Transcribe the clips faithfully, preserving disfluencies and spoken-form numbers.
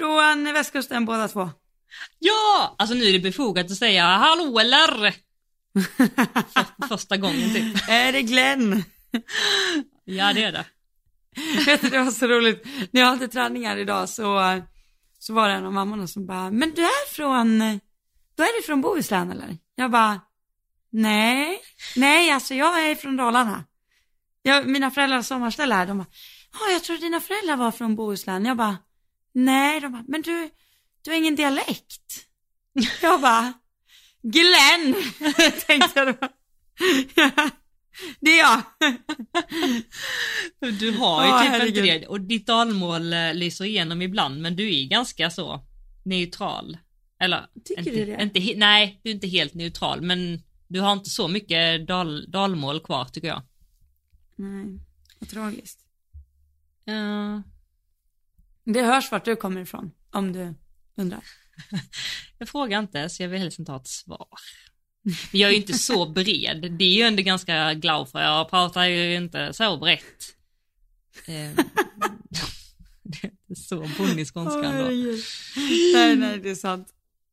från västkusten båda två. Ja, alltså nu är det befogat att säga hallå eller? För, första gången typ. Är det Glenn? Ja, det är det. Vet du, det var så roligt. När jag hade träningar idag så, så var det en av mammorna som bara, men du är från, då är du från Bohuslän eller? Jag bara, nej, nej alltså jag är från Dalarna. Jag, mina föräldrar sommarställe här, de bara, ja jag tror dina föräldrar var från Bohuslän. Jag bara, nej, de bara, men du, du har ingen dialekt. Jag bara, Glenn, tänkte jag då. Det är jag. Du har ju Åh, typ herregud. inte det. Och ditt dalmål eh, lyser igenom ibland, men du är ganska så neutral. Eller, Tycker inte, du det? Inte, he- nej, du är inte helt neutral, men du har inte så mycket dal, dalmål kvar tycker jag. Nej, vad tragiskt. Uh, Det hörs vart du kommer ifrån, om du undrar. jag frågar inte, så jag vill helst inte ha ett svar. Jag är ju inte så bred. Det är ju ändå ganska glad för jag pratar ju inte så brett. Eh, det är så bonnig skånska ändå. Nej, nej, det är sant.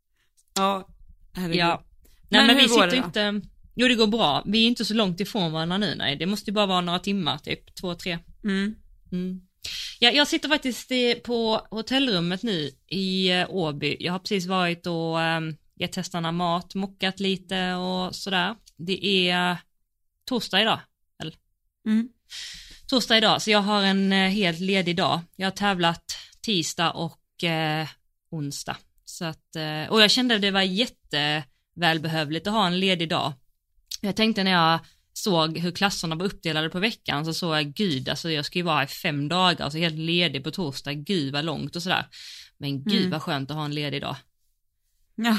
Ja, herregud. Ja. Nej, Men men, hur vi går sitter det då? inte... Jo, det går bra. Vi är inte så långt ifrån varandra nu, nej. Det måste ju bara vara några timmar, typ två, tre. Mm. Mm. Ja, jag sitter faktiskt eh, på hotellrummet nu i eh, Åby. Jag har precis varit och eh, gett hästarna mat, mockat lite och sådär. Det är eh, torsdag idag, eller? Mm. Torsdag idag, så jag har en eh, helt ledig dag. Jag har tävlat tisdag och eh, onsdag. Så att, eh, och jag kände att det var jättevälbehövligt att ha en ledig dag. Jag tänkte när jag såg hur klasserna var uppdelade på veckan så såg jag, gud, alltså jag ska ju vara här i fem dagar, alltså helt ledig på torsdag, gud vad långt och sådär. Men gud Mm. vad skönt att ha en ledig dag. Ja,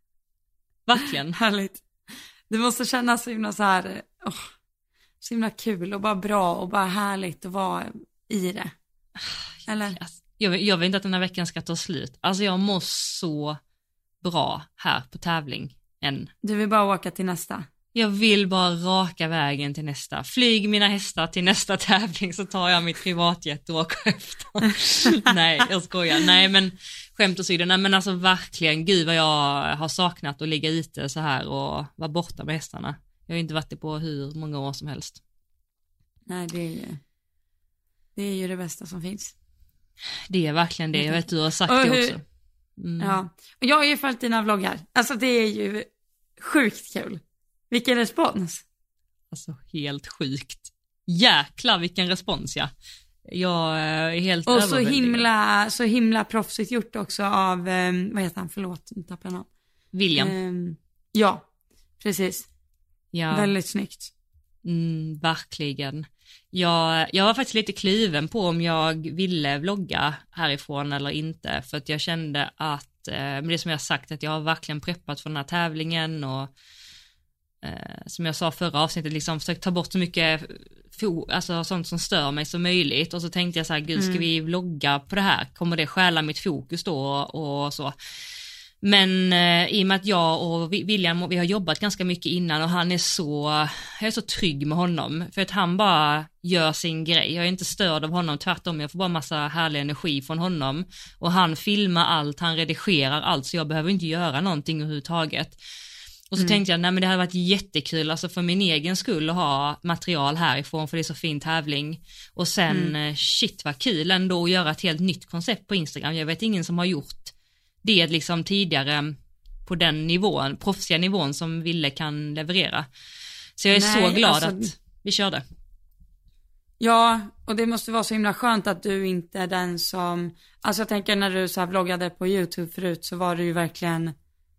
Verkligen. härligt. Det måste kännas så himla så här, åh, så himla kul och bara bra och bara härligt att vara i det. Eller? Alltså, jag, jag vet inte att den här veckan ska ta slut. Alltså jag mår så bra här på tävling än. Du vill bara åka till nästa. Jag vill bara raka vägen till nästa. Flyg mina hästar till nästa tävling så tar jag mitt privatjet och åker efter. Nej, jag skojar. Nej, men skämt åsido. Nej, men alltså verkligen, gud vad jag har saknat att ligga ute så här och vara borta med hästarna. Jag har inte varit det på hur många år som helst. Nej, det är ju, det är ju det bästa som finns. Det är verkligen det. Jag vet du har sagt Och det hur- också. Mm. Ja, och jag har ju följt dina vloggar. Alltså det är ju sjukt kul. Vilken respons. Alltså helt sjukt. Jäklar vilken respons, ja. Jag är helt Och så överväldigad. himla, så himla proffsigt gjort också av, eh, vad heter han, förlåt, nu tappade jag namn. William. Eh, ja, precis. Ja. Väldigt snyggt. Mm, verkligen. Jag, jag var faktiskt lite kluven på om jag ville vlogga härifrån eller inte. För att jag kände att, eh, men det som jag sagt, att jag har verkligen preppat för den här tävlingen och eh, som jag sa förra avsnittet, liksom försökt ta bort så mycket fo- alltså sånt som stör mig som möjligt. Och så tänkte jag så här, gud, ska Mm. vi vlogga på det här? Kommer det stjäla mitt fokus då och, och så? Men eh, i och med att jag och William, vi har jobbat ganska mycket innan och han är så, jag är så trygg med honom för att han bara gör sin grej. Jag är inte störd av honom, tvärtom, jag får bara massa härlig energi från honom och han filmar allt, han redigerar allt, så jag behöver inte göra någonting överhuvudtaget. Och så Mm. tänkte jag, nej men det hade varit jättekul, alltså för min egen skull att ha material härifrån, för det är så fin tävling. Och sen, Mm. eh, shit vad kul ändå att göra ett helt nytt koncept på Instagram. Jag vet ingen som har gjort det liksom tidigare på den nivån, proffsiga nivån som Ville kan leverera. Så jag är Nej, så glad alltså- att vi körde. Ja, och det måste vara så himla skönt att du inte är den som, alltså jag tänker när du så här vloggade på YouTube förut så var du ju verkligen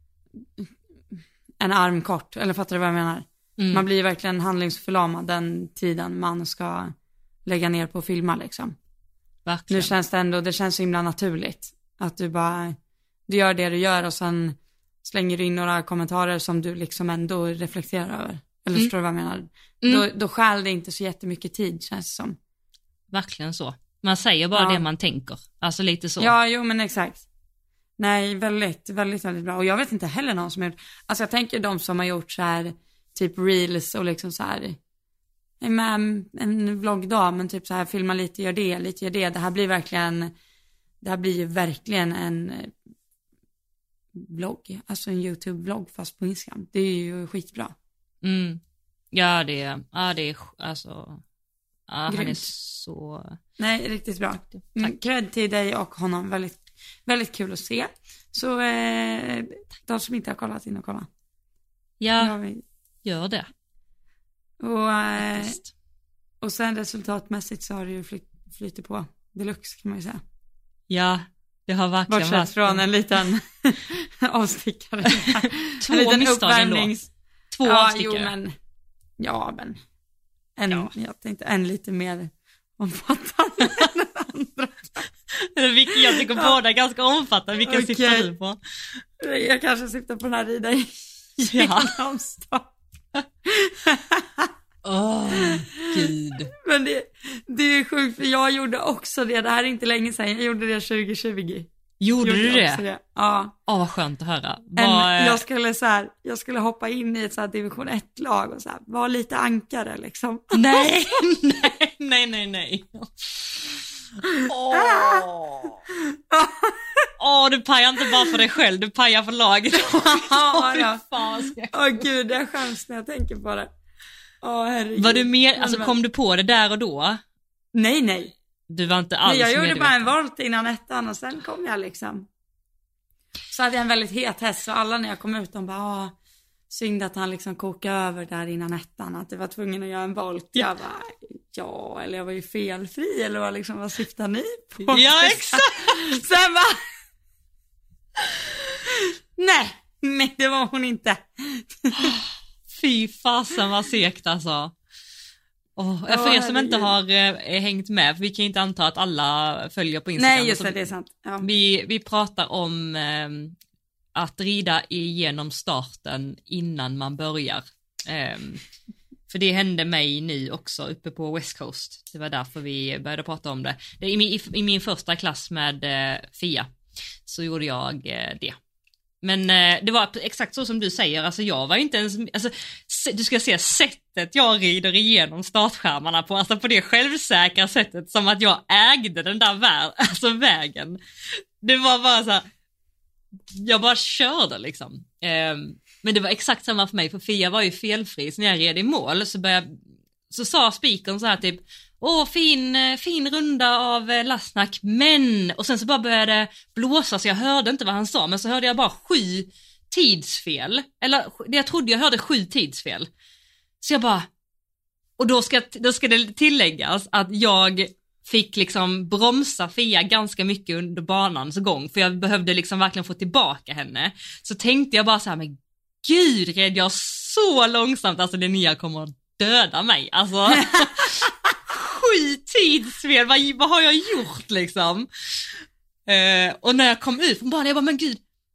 en arm kort, eller fattar du vad jag menar? Mm. Man blir ju verkligen handlingsförlamad den tiden man ska lägga ner på att filma liksom. Verkligen. Nu känns det ändå, det känns så himla naturligt att du bara, du gör det du gör och sen slänger du in några kommentarer som du liksom ändå reflekterar över. Eller Mm. förstår du vad jag menar? Mm. Då, då skäl det inte så jättemycket tid, känns det som. Verkligen så. Man säger bara Ja. det man tänker. Alltså lite så. Ja, jo men exakt. Nej, väldigt, väldigt, väldigt bra. Och jag vet inte heller någon som har gjort, alltså jag tänker de som har gjort så här, typ reels och liksom så här, är med en vloggdag, men typ så här, filma lite, gör det, lite, gör det. Det här blir verkligen, det här blir ju verkligen en eh, vlogg, alltså en YouTube-vlogg fast på Instagram. Det är ju skitbra. Mm. Ja, det är, ja, det är alltså, ja, han är så... Nej, riktigt bra. Mm, cred till dig och honom, väldigt, väldigt kul att se. Så eh, de som inte har kollat in och kolla. Ja, vi... gör det. Och, eh, och sen resultatmässigt så har det ju fly- flyttat på deluxe kan man ju säga. Ja, det har verkligen bortsett varit... från en liten avstickare. Två misstag ändå. Två ja, avstickare. Jo, men, ja, men en, ja. jag tänkte en lite mer omfattande än den andra. Vilken jag tycker båda är ganska omfattande. Vilken okay. Syftar du på? Jag kanske syftar på den här rida i ja. genomstart. Åh, oh, gud. Men det, det är sjukt, för jag gjorde också det. Det här är inte länge sedan. Jag gjorde det tjugo tjugo. Gjorde, gjorde du det? det? Ja. Åh, oh, vad skönt att höra. Var... En, jag, skulle så här, jag skulle hoppa in i ett så här division ett-lag och så här, vara lite ankare liksom. Nej, nej, nej, nej, nej. Åh, oh. oh, du pajar inte bara för dig själv, du pajar för laget. Ja, ja. Åh gud, jag skäms när jag tänker på det. Åh, herregud. Var du mer, alltså kom du på det där och då? Nej, nej. Du var inte alls nej, jag gjorde medveten. bara en volt innan ettan och sen kom jag liksom. Så hade jag en väldigt het häst och alla när jag kom ut de bara, åh, synd att han liksom kokade över där innan ettan, att det var tvungen att göra en volt. Ja. Jag bara, ja, eller jag var ju felfri eller vad liksom, vad syftar ni på? Ja, exakt. Sen bara, nej, nej, det var hon inte. Fy fasen vad segt alltså. Oh, för oh, er som inte har eh, hängt med, för vi kan inte anta att alla följer på Instagram. Nej, just det, det är sant. Ja. Vi, vi pratar om eh, att rida igenom starten innan man börjar. Eh, för det hände mig nu också uppe på West Coast. Det var därför vi började prata om det. det i, min, i, I min första klass med eh, Fia så gjorde jag eh, det. Men eh, det var exakt så som du säger, alltså jag var inte ens, alltså se, du ska se sättet jag rider igenom startskärmarna på, alltså på det självsäkra sättet som att jag ägde den där vä- alltså vägen. Det var bara så här, jag bara körde liksom. Eh, men det var exakt samma för mig, för Fia var ju felfri, så när jag red i mål så började, så sa speakern så här typ, åh, fin, fin runda av Lasnak, men, och sen så bara började det blåsa så jag hörde inte vad han sa, men så hörde jag bara sju tidsfel, eller jag trodde jag hörde sju tidsfel, så jag bara, och då ska, då ska det tilläggas att jag fick liksom bromsa Fia ganska mycket under banans gång, för jag behövde liksom verkligen få tillbaka henne, så tänkte jag bara så här, men gud, red jag så långsamt, alltså Linnea kommer att döda mig, alltså sju tidsfel, vad, vad har jag gjort liksom? Eh, och när jag kom ut från banan, jag bara, men gud,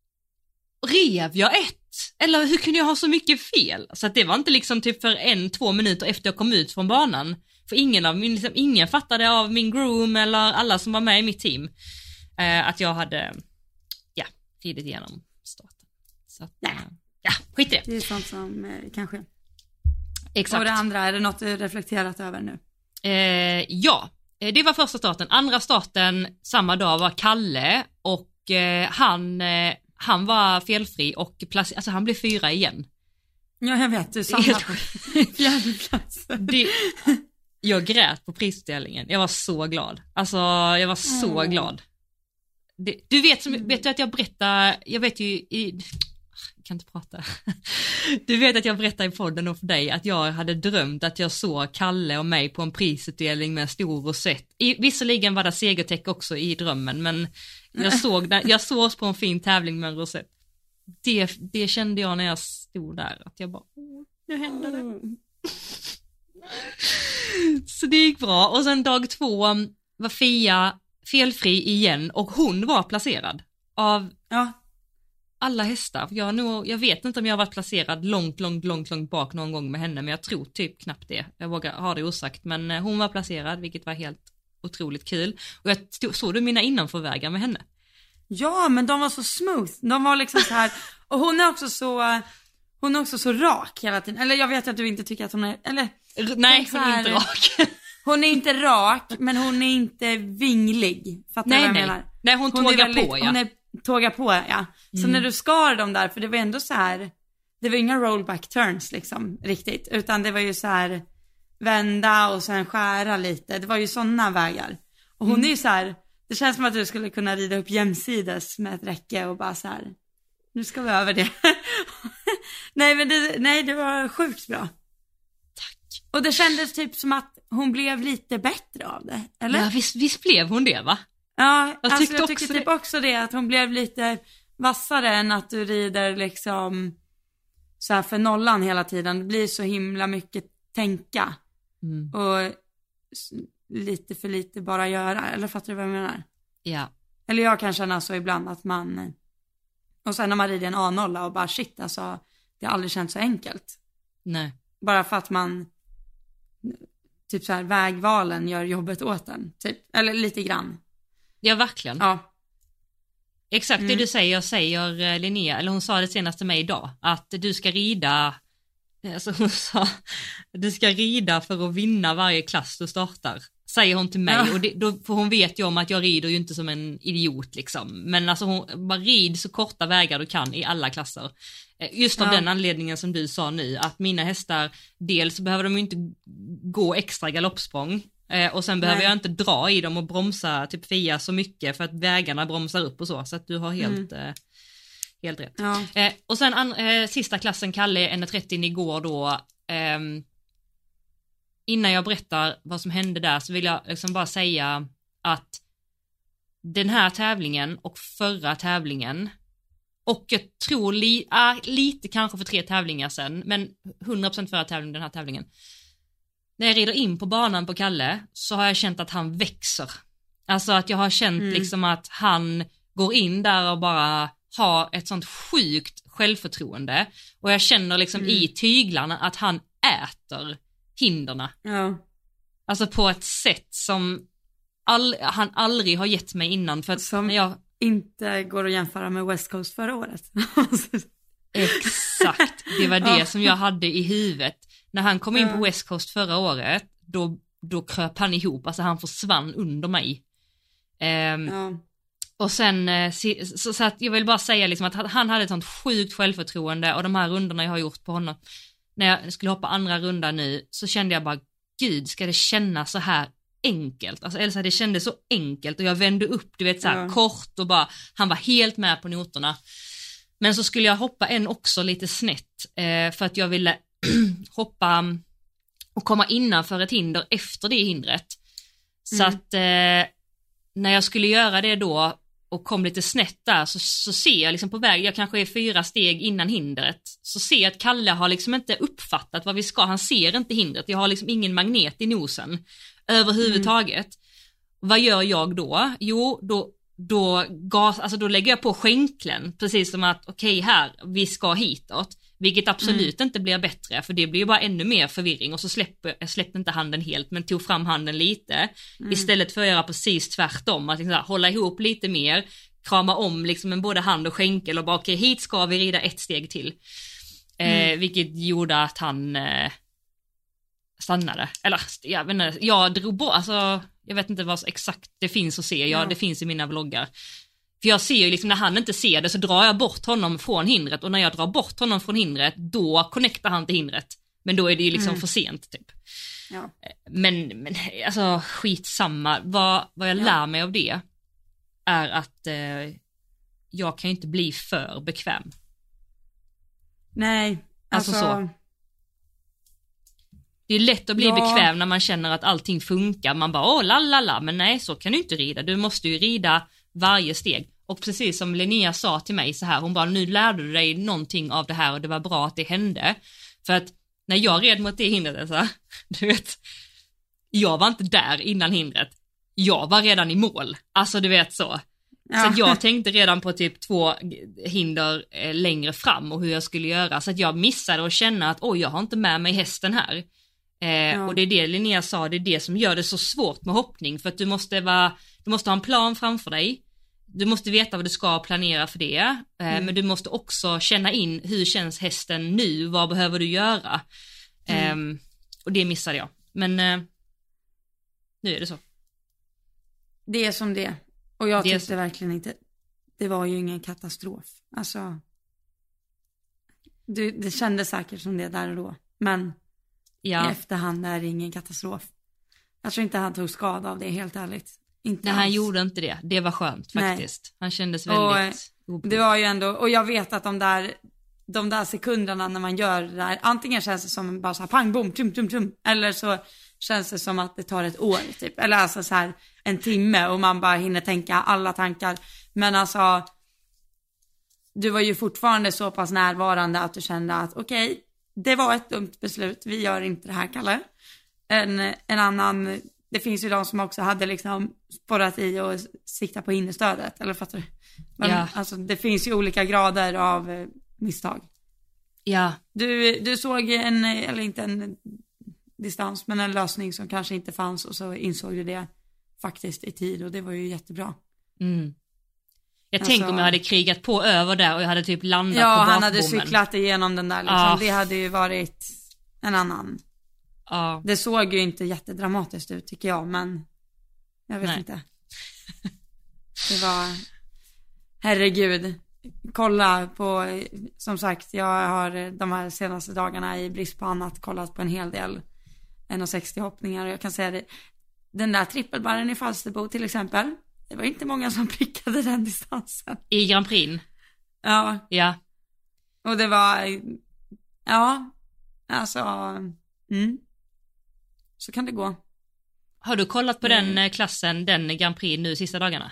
rev jag ett? Eller hur kunde jag ha så mycket fel? Så att det var inte liksom typ för en, två minuter efter jag kom ut från banan. För ingen av min, liksom, ingen fattade av min groom eller alla som var med i mitt team eh, att jag hade, ja, ridit igenom starten. Så att, nej. Eh, ja, skit i det. Det är sånt som eh, kanske. Exakt. Och det andra, är det något du reflekterat över nu? Eh, ja, det var första starten. Andra starten samma dag var Kalle och eh, han, eh, han var felfri och plac- alltså han blev fyra igen. Ja, jag vet, du sa han på fjärde plats. Det, jag grät på prisutdelningen. Jag var så glad. Alltså, jag var så mm. glad. Det, du vet, som, vet du att jag berättar, jag vet ju i... Jag kan inte prata. Du vet att jag berättade i podden och för dig att jag hade drömt att jag såg Kalle och mig på en prisutdelning med en stor rosett. I, visserligen var det segertäck också i drömmen, men jag såg, där, jag såg oss på en fin tävling med en rosett. Det, det kände jag när jag stod där, att jag bara, åh, nu händer det. Så det gick bra. Och sen dag två var Fia felfri igen och hon var placerad av... Ja. Alla hästar. Jag, nog, jag vet inte om jag har varit placerad långt, långt, långt, långt bak någon gång med henne, men jag tror typ knappt det. Jag vågar ha det osagt, men hon var placerad, vilket var helt otroligt kul. Och jag stod, såg du mina innanförvägar med henne? Ja, men de var så smooth. De var liksom så här, och hon är också så, hon är också så rak hela tiden. Eller jag vet att du inte tycker att hon är, eller... R- nej, hon är inte rak. hon är inte rak, men hon är inte vinglig. Fattar du Nej, vad jag nej. menar? Nej, hon, hon tågar väldigt, på, ja. Hon är tågar på, ja. Så Mm. när du skar dem där, för det var ändå så här, det var inga rollback turns liksom, riktigt. Utan det var ju så här, vända och sen skära lite. Det var ju sådana vägar. Och hon Mm. är ju så här, det känns som att du skulle kunna rida upp jämsides med ett räcke och bara så här, nu ska vi över det. nej, men det, nej, det var sjukt bra. Tack. Och det kändes typ som att hon blev lite bättre av det, eller? Ja, visst, visst blev hon det, va? Ja, Jag alltså tyckte jag också tycker det. typ också det, att hon blev lite vassare än att du rider liksom så här för nollan hela tiden. Det blir så himla mycket tänka. Mm. Och s- lite för lite bara göra, eller fattar du vad jag menar? Ja. Eller jag kan känna så ibland att man, och sen när man rider en A noll och bara shit, alltså det har aldrig känts så enkelt. Nej. Bara för att man, typ så här, vägvalen gör jobbet åt en, typ, eller lite grann. Ja, verkligen. Ja. Exakt Mm. det du säger, säger eh, Linnea, eller hon sa det senast till mig idag, att du ska rida, alltså hon sa, du ska rida för att vinna varje klass du startar, säger hon till mig. Ja. Och det, då, för hon vet ju om att jag rider ju inte som en idiot liksom, men alltså hon, bara rid så korta vägar du kan i alla klasser. Eh, Just av Ja. den anledningen som du sa nu, att mina hästar, dels behöver de ju inte gå extra galoppsprång, Eh, och sen behöver Nej. jag inte dra i dem och bromsa typ Fia så mycket för att vägarna bromsar upp och så, så att du har helt, eh, helt rätt. Ja. Eh, och sen an, eh, sista klassen, Kalle, en trettio igår då, ehm, innan jag berättar vad som hände där så vill jag liksom bara säga att den här tävlingen och förra tävlingen, och jag tror li, äh, lite kanske för tre tävlingar sen, men hundra procent förra tävlingen, den här tävlingen. När jag rider in på banan på Kalle så har jag känt att han växer. Alltså att jag har känt Mm. liksom att han går in där och bara har ett sånt sjukt självförtroende. Och jag känner liksom Mm. i tyglarna att han äter hinderna. Ja. Alltså på ett sätt som all, han aldrig har gett mig innan. För att Som- när jag... Inte går att jämföra med West Coast förra året. Exakt, det var det Ja. som jag hade i huvudet. När han kom in Ja. på West Coast förra året, då, då kröp han ihop, alltså han försvann under mig. Ehm, Ja. och sen, eh, si- så, så att jag vill bara säga liksom att han hade ett sånt sjukt självförtroende, och de här rundorna jag har gjort på honom, när jag skulle hoppa andra runda nu, så kände jag bara, gud, ska det kännas så här enkelt? Alltså Elsa, det kändes så enkelt, och jag vände upp, du vet så här Ja. kort, och bara, han var helt med på noterna. Men så skulle jag hoppa en också lite snett, eh, för att jag ville hoppa och komma innanför ett hinder efter det hindret. Så Mm. att eh, när jag skulle göra det då och kom lite snett där, så, så ser jag liksom på väg, jag kanske är fyra steg innan hindret, så ser jag att Kalle har liksom inte uppfattat vad vi ska, han ser inte hindret, jag har liksom ingen magnet i nosen överhuvudtaget. Mm. Vad gör jag då? Jo, då Då, gas, alltså då lägger jag på skänklen, precis som att okej, okay, här, vi ska hitåt, vilket absolut mm. inte blir bättre, för det blir ju bara ännu mer förvirring, och så släpper, jag släppte inte handen helt, men tog fram handen lite, mm. istället för att göra precis tvärtom, att liksom här, hålla ihop lite mer, krama om liksom en både hand och skänkel och bara okej, okay, hit ska vi rida ett steg till. Mm. Eh, vilket gjorde att han eh, stannade, eller jag vet inte, jag drog bort, alltså jag vet inte vad exakt det finns att se, ja, ja. Det finns i mina vloggar. För jag ser ju liksom, när han inte ser det så drar jag bort honom från hindret, och när jag drar bort honom från hindret, då connectar han till hindret. Men då är det ju liksom mm. för sent typ. Ja. Men, men alltså skitsamma, vad, vad jag ja. lär mig av det är att eh, jag kan ju inte bli för bekväm. Nej, alltså, alltså så. Det är lätt att bli ja. bekväm när man känner att allting funkar. Man bara, åh, lalala, men nej, så kan du inte rida. Du måste ju rida varje steg. Och precis som Linnea sa till mig så här, hon bara, nu lärde du dig någonting av det här, och det var bra att det hände. För att när jag red mot det hindret, så, du vet, jag var inte där innan hindret. Jag var redan i mål. Alltså, du vet så. Ja. Så att jag tänkte redan på typ två hinder eh, längre fram och hur jag skulle göra. Så att jag missade att känna att, oj, jag har inte med mig hästen här. Eh, ja. Och det är det Linnea sa, det är det som gör det så svårt med hoppning, för att du måste vara, du måste ha en plan framför dig, du måste veta vad du ska planera för det, eh, mm. men du måste också känna in, hur känns hästen nu, vad behöver du göra, mm. eh, och det missade jag, men eh, Nu är det så. Det är som det. Och jag Det är tyckte så. verkligen inte, det var ju ingen katastrof. Alltså, det, det kändes säkert som det där och då. Men Ja. i efterhand är det ingen katastrof. Jag tror inte han tog skada av det, helt ärligt. Inte Nej, han alls. gjorde inte det. Det var skönt faktiskt. Nej. Han kändes Och, väldigt obruten. Det var ju ändå, och jag vet att de där, de där sekunderna när man gör det där, antingen känns det som bara så här pang, bom, tum, tum, tum. Eller så känns det som att det tar ett år typ. Eller alltså så här en timme och man bara hinner tänka alla tankar. Men alltså, du var ju fortfarande så pass närvarande att du kände att okej, okay, det var ett dumt beslut. Vi gör inte det här, Kalle. En, en annan, det finns ju de som också hade liksom spårat i och sikta på innerstödet. Eller fattar du? Men, Ja. alltså, det finns ju olika grader av eh, misstag. Ja. Du, du såg en, eller inte en distans, men en lösning som kanske inte fanns och så insåg du det faktiskt i tid och det var ju jättebra. Mm. Jag Alltså, tänker om jag hade krigat på över där och jag hade typ landat ja, på bakbommen. han hade cyklat igenom den där liksom. Ja. Det hade ju varit en annan. Ja. Det såg ju inte jättedramatiskt ut tycker jag, men jag vet Nej. inte. Det var, herregud. Kolla på, som sagt, jag har de här senaste dagarna i brist på annat kollat på en hel del en sextio hoppningar och jag kan säga det, den där trippelbarren i Falsterbo till exempel, det var inte många som prickade den distansen. I Grand Prix. Ja, Ja. och det var, ja, alltså, mm, så kan det gå. Har du kollat på Mm. den eh, klassen, den Grand Prix nu sista dagarna?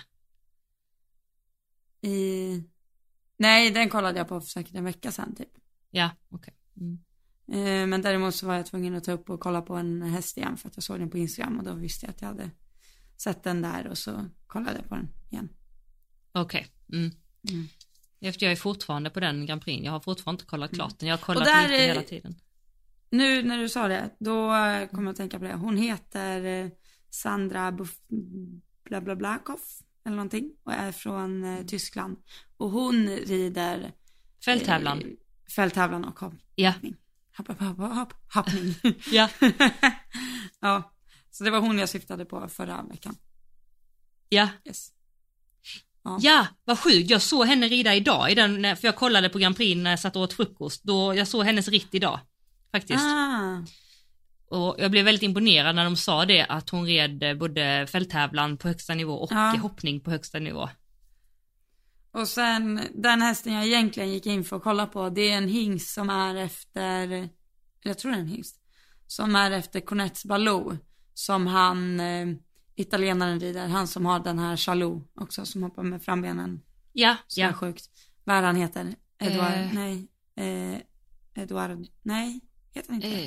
I... Nej, den kollade jag på för säkert en vecka sedan typ. Ja, okej. Okay. Mm. Eh, Men däremot så var jag tvungen att ta upp och kolla på en häst igen för att jag såg den på Instagram och då visste jag att jag hade sett den där och så kollade jag på den igen. Okej. Okay. Mm. Mm. Efter jag är fortfarande på den Grand Prix. Jag har fortfarande inte kollat klart den. Jag har kollat där lite är- hela tiden. Nu när du sa det, då eh, kommer jag att tänka på det. Hon heter eh, Sandra Buff... bla bla bla Koff eller någonting och är från eh, Tyskland. Och hon rider Fälttävlan. eh, fälttävlan och hopp. Ja. Hopp, hopp, hopp, hopp, hoppning. Ja. Ja, så det var hon jag syftade på förra veckan. Ja. Yes. Ja, vad sjukt. Jag såg henne rida idag i den, när- för jag kollade på Grand Prix när jag satt och åt frukost. Då, jag såg hennes ritt idag, faktiskt. Ah, Och jag blev väldigt imponerad när de sa det, att hon red eh, både fälttävlan på högsta nivå och Ja. hoppning på högsta nivå. och sen den hästen jag egentligen gick in för att kolla på, det är en hingst som är efter, jag tror det är en hingst, som är efter Cornets Baloo, som han, eh, italienaren rider, han som har den här Chalou också, som hoppar med frambenen. Ja, Så ja. sjukt. Vad är han heter? Eduard, Eh. nej. Eh, Eduard, nej. Heter han inte? Eh,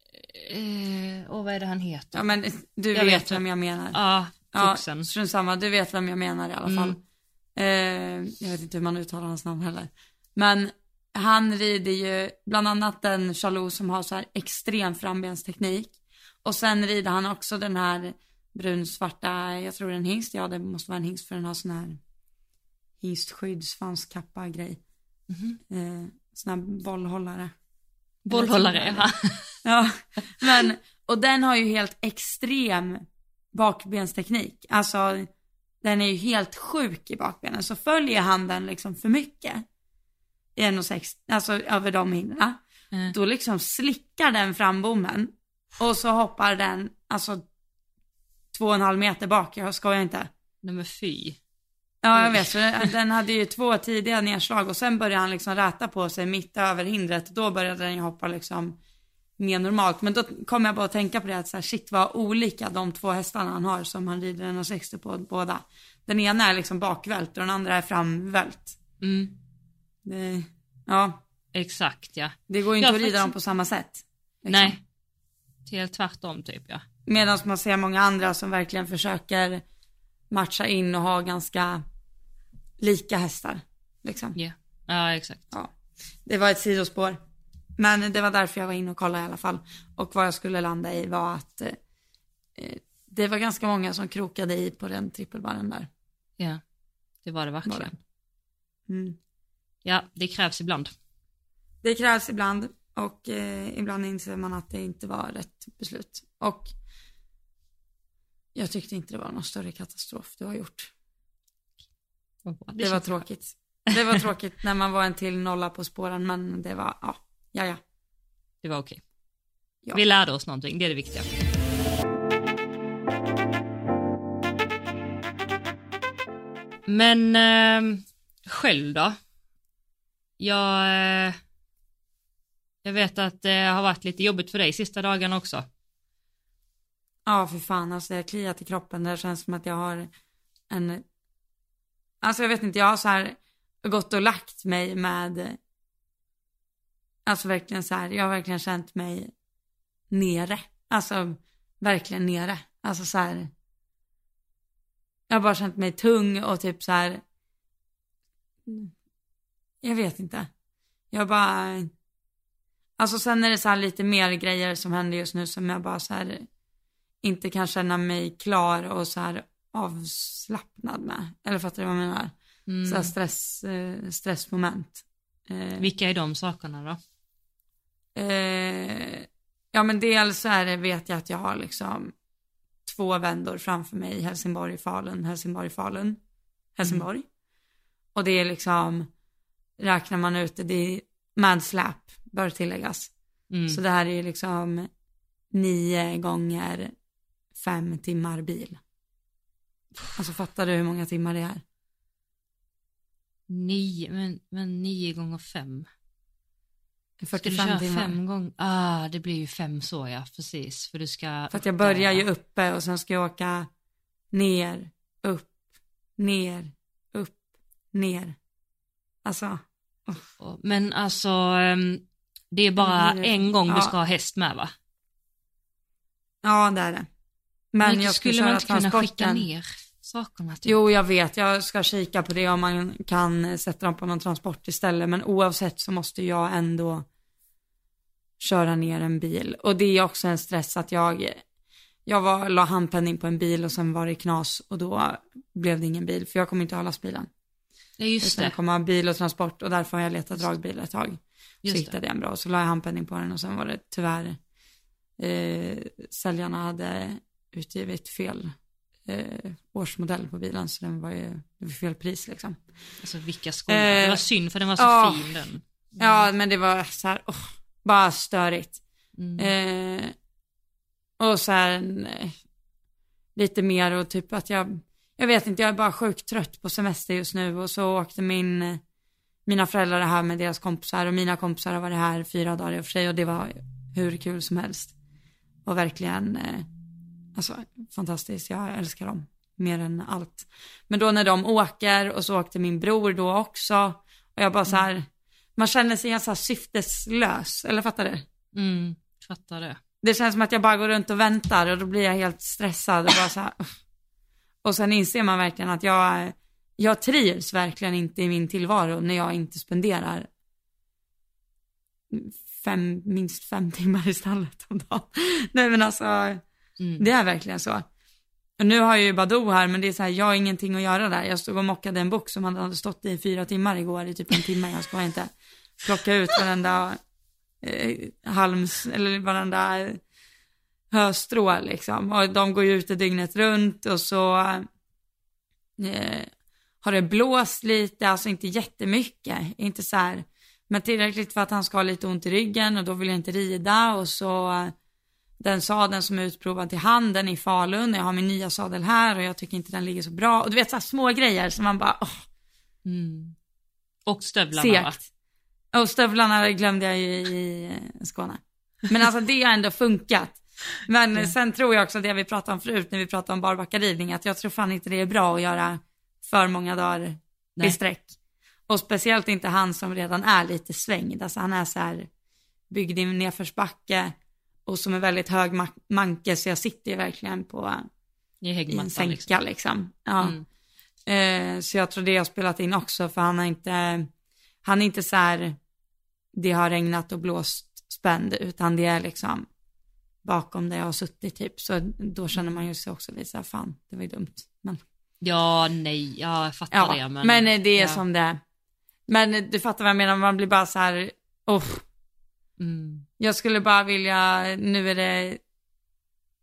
eh, och vad är det han heter? Ja men du jag vet, vet vem jag menar. Ja, Ja, Tuxen. strunt samma, du vet vem jag menar i alla Mm. fall. Eh, jag vet inte hur man uttalar hans namn heller. Men han rider ju bland annat den Chalou som har så här extrem frambensteknik. Och sen rider han också den här brunsvarta, jag tror det är en hingst, ja det måste vara en hingst för den har sån här hingstskydd, svanskappa grej. Mhm. Eh, sån här bollhållare. Bollhållare, ja. Ja, men och den har ju helt extrem bakbensteknik. Alltså den är ju helt sjuk i bakbenen. Så följer han den liksom för mycket i en komma sex, alltså över de hindren, Mm. då liksom slickar den frambommen och så hoppar den alltså två och en halv meter bak. Jag skojar inte. Nej men fy. Ja, jag vet. Så den hade ju två tidiga nedslag och sen började han liksom räta på sig mitt över hindret. Då började den ju hoppa liksom mer normalt. Men då kom jag bara att tänka på det att så här, shit vad olika de två hästarna han har som han rider en komma sextio på båda. Den ena är liksom bakvält och den andra är framvält. Mm. Det, ja, Exakt, ja. det går ju inte Jag att rida faktiskt- dem på samma sätt. Liksom. Nej. Helt tvärtom typ, ja. Medan man ser många andra som verkligen försöker matcha in och ha ganska lika hästar. Liksom. Ja, ja exakt. Ja, det var ett sidospår. Men det var därför jag var inne och kollade i alla fall. Och vad jag skulle landa i var att eh, det var ganska många som krokade i på den trippelbarren där. Ja, det var det verkligen. Var Mm. Ja, det krävs ibland. Det krävs ibland och eh, ibland inser man att det inte var rätt beslut. Och jag tyckte inte det var någon större katastrof du har gjort. Det, det var tråkigt. Det var tråkigt när man var en till nolla på spåren, men det var, ja, ja, ja. Det var okej. Ja. Vi lärde oss någonting, det är det viktiga. Men eh, själv då? Jag, eh, jag vet att det har varit lite jobbigt för dig sista dagarna också. Ja, för fan, alltså jag kliat i kroppen. Det känns som att jag har en, alltså jag vet inte, jag har så här gått och lagt mig med, alltså verkligen så här, jag har verkligen känt mig nere, alltså verkligen nere, alltså så här, jag har bara känt mig tung och typ så här, jag vet inte, jag bara, alltså sen är det så här lite mer grejer som händer just nu som jag bara så här inte kan känna mig klar och så här avslappnad med, eller fattar du vad jag menar? Mm. Så här stress, eh, stressmoment. Eh, Vilka är de sakerna då? Eh, ja men dels så är det, vet jag att jag har liksom två vändor framför mig, Helsingborg, Falun, Helsingborg, Falun, Helsingborg. Mm. Och det är liksom, räknar man ut det, det är med släp, bör tilläggas. Mm. Så det här är liksom nio gånger fem timmar bil. Alltså fattar du hur många timmar det är? Nio, men, men nio gånger fem. fyrtiofem timmar. Fem gånger, ah, det blir ju fem så ja, precis. För du ska... För att jag börjar ju uppe och sen ska jag åka ner, upp, ner, upp, ner. Alltså. Oh. Men alltså, det är bara det en gång ja. Du ska ha häst med va? Ja, det är det. Men, men jag skulle man inte kunna skicka ner sakerna? Typ. Jo, jag vet. Jag ska kika på det om man kan sätta dem på någon transport istället. Men oavsett så måste jag ändå köra ner en bil. Och det är också en stress att jag, jag var, la handpenning på en bil och sen var det knas och då blev det ingen bil. För jag kommer inte ha lastbilen. Ja, just det. Jag kommer ha bil och transport och därför har jag letat dragbil ett tag. Just så hittade jag en bra och så la jag handpenning på den och sen var det tyvärr eh, säljarna hade utgivit fel eh, årsmodell på bilen så den var ju, det var fel pris liksom. Alltså vilka skor, eh, det var synd för den var så oh, fin den. Mm. Ja men det var så här, oh, bara störigt. Mm. Eh, och sen eh, lite mer och typ att jag jag vet inte, jag är bara sjukt trött på semester just nu och så åkte min mina föräldrar här med deras kompisar och mina kompisar har varit här fyra dagar i och för sig och det var hur kul som helst. Och verkligen eh, alltså fantastiskt, jag älskar dem mer än allt. Men då när de åker och så åkte min bror då också och jag bara så här, man känner sig så här syfteslös, eller fattar du? Mm, fattar det. Det känns som att jag bara går runt och väntar och då blir jag helt stressad och bara så här, och sen inser man verkligen att jag jag trivs verkligen inte i min tillvaro när jag inte spenderar fem, minst fem timmar i stallet om dagen. Nej men alltså, mm. det är verkligen så. Och nu har jag ju Badoo här, men det är så här, jag har ingenting att göra där. Jag stod och mockade en bok som hade stått i fyra timmar igår, i typ en timme. Jag ska inte plocka ut varenda eh, halms, eller varenda höstrå liksom. Och de går ju ute dygnet runt och så eh, har det blåst lite, alltså inte jättemycket, inte så här, men tillräckligt för att han ska ha lite ont i ryggen och då vill jag inte rida och så den sadeln som är utprovad till handen i Falun, jag har min nya sadel här och jag tycker inte den ligger så bra och du vet så här små grejer som man bara åh. Mm. Och stövlarna segt. Va? Och stövlarna glömde jag ju i Skåne. Men alltså det har ändå funkat. Men mm. sen tror jag också det vi pratade om förut när vi pratade om barbackaridning, att jag tror fan inte det är bra att göra för många dagar Nej. i sträck. Och speciellt inte han som redan är lite svängd. Alltså han är så här byggd i nedförsbacke och som är väldigt hög ma- manke, så jag sitter ju verkligen på I, i en sänka liksom. liksom. Ja. Mm. Eh, så jag tror det har spelat in också, för han har inte han är inte så här det har regnat och blåst spänd, utan det är liksom bakom där jag har suttit typ, så då känner man ju sig också lite så här, fan det var ju dumt. Men ja, nej, jag fattar ja, det. Men, men det är ja. som det. Men du fattar vad jag menar, man blir bara så här, oh. mm. Jag skulle bara vilja, nu är det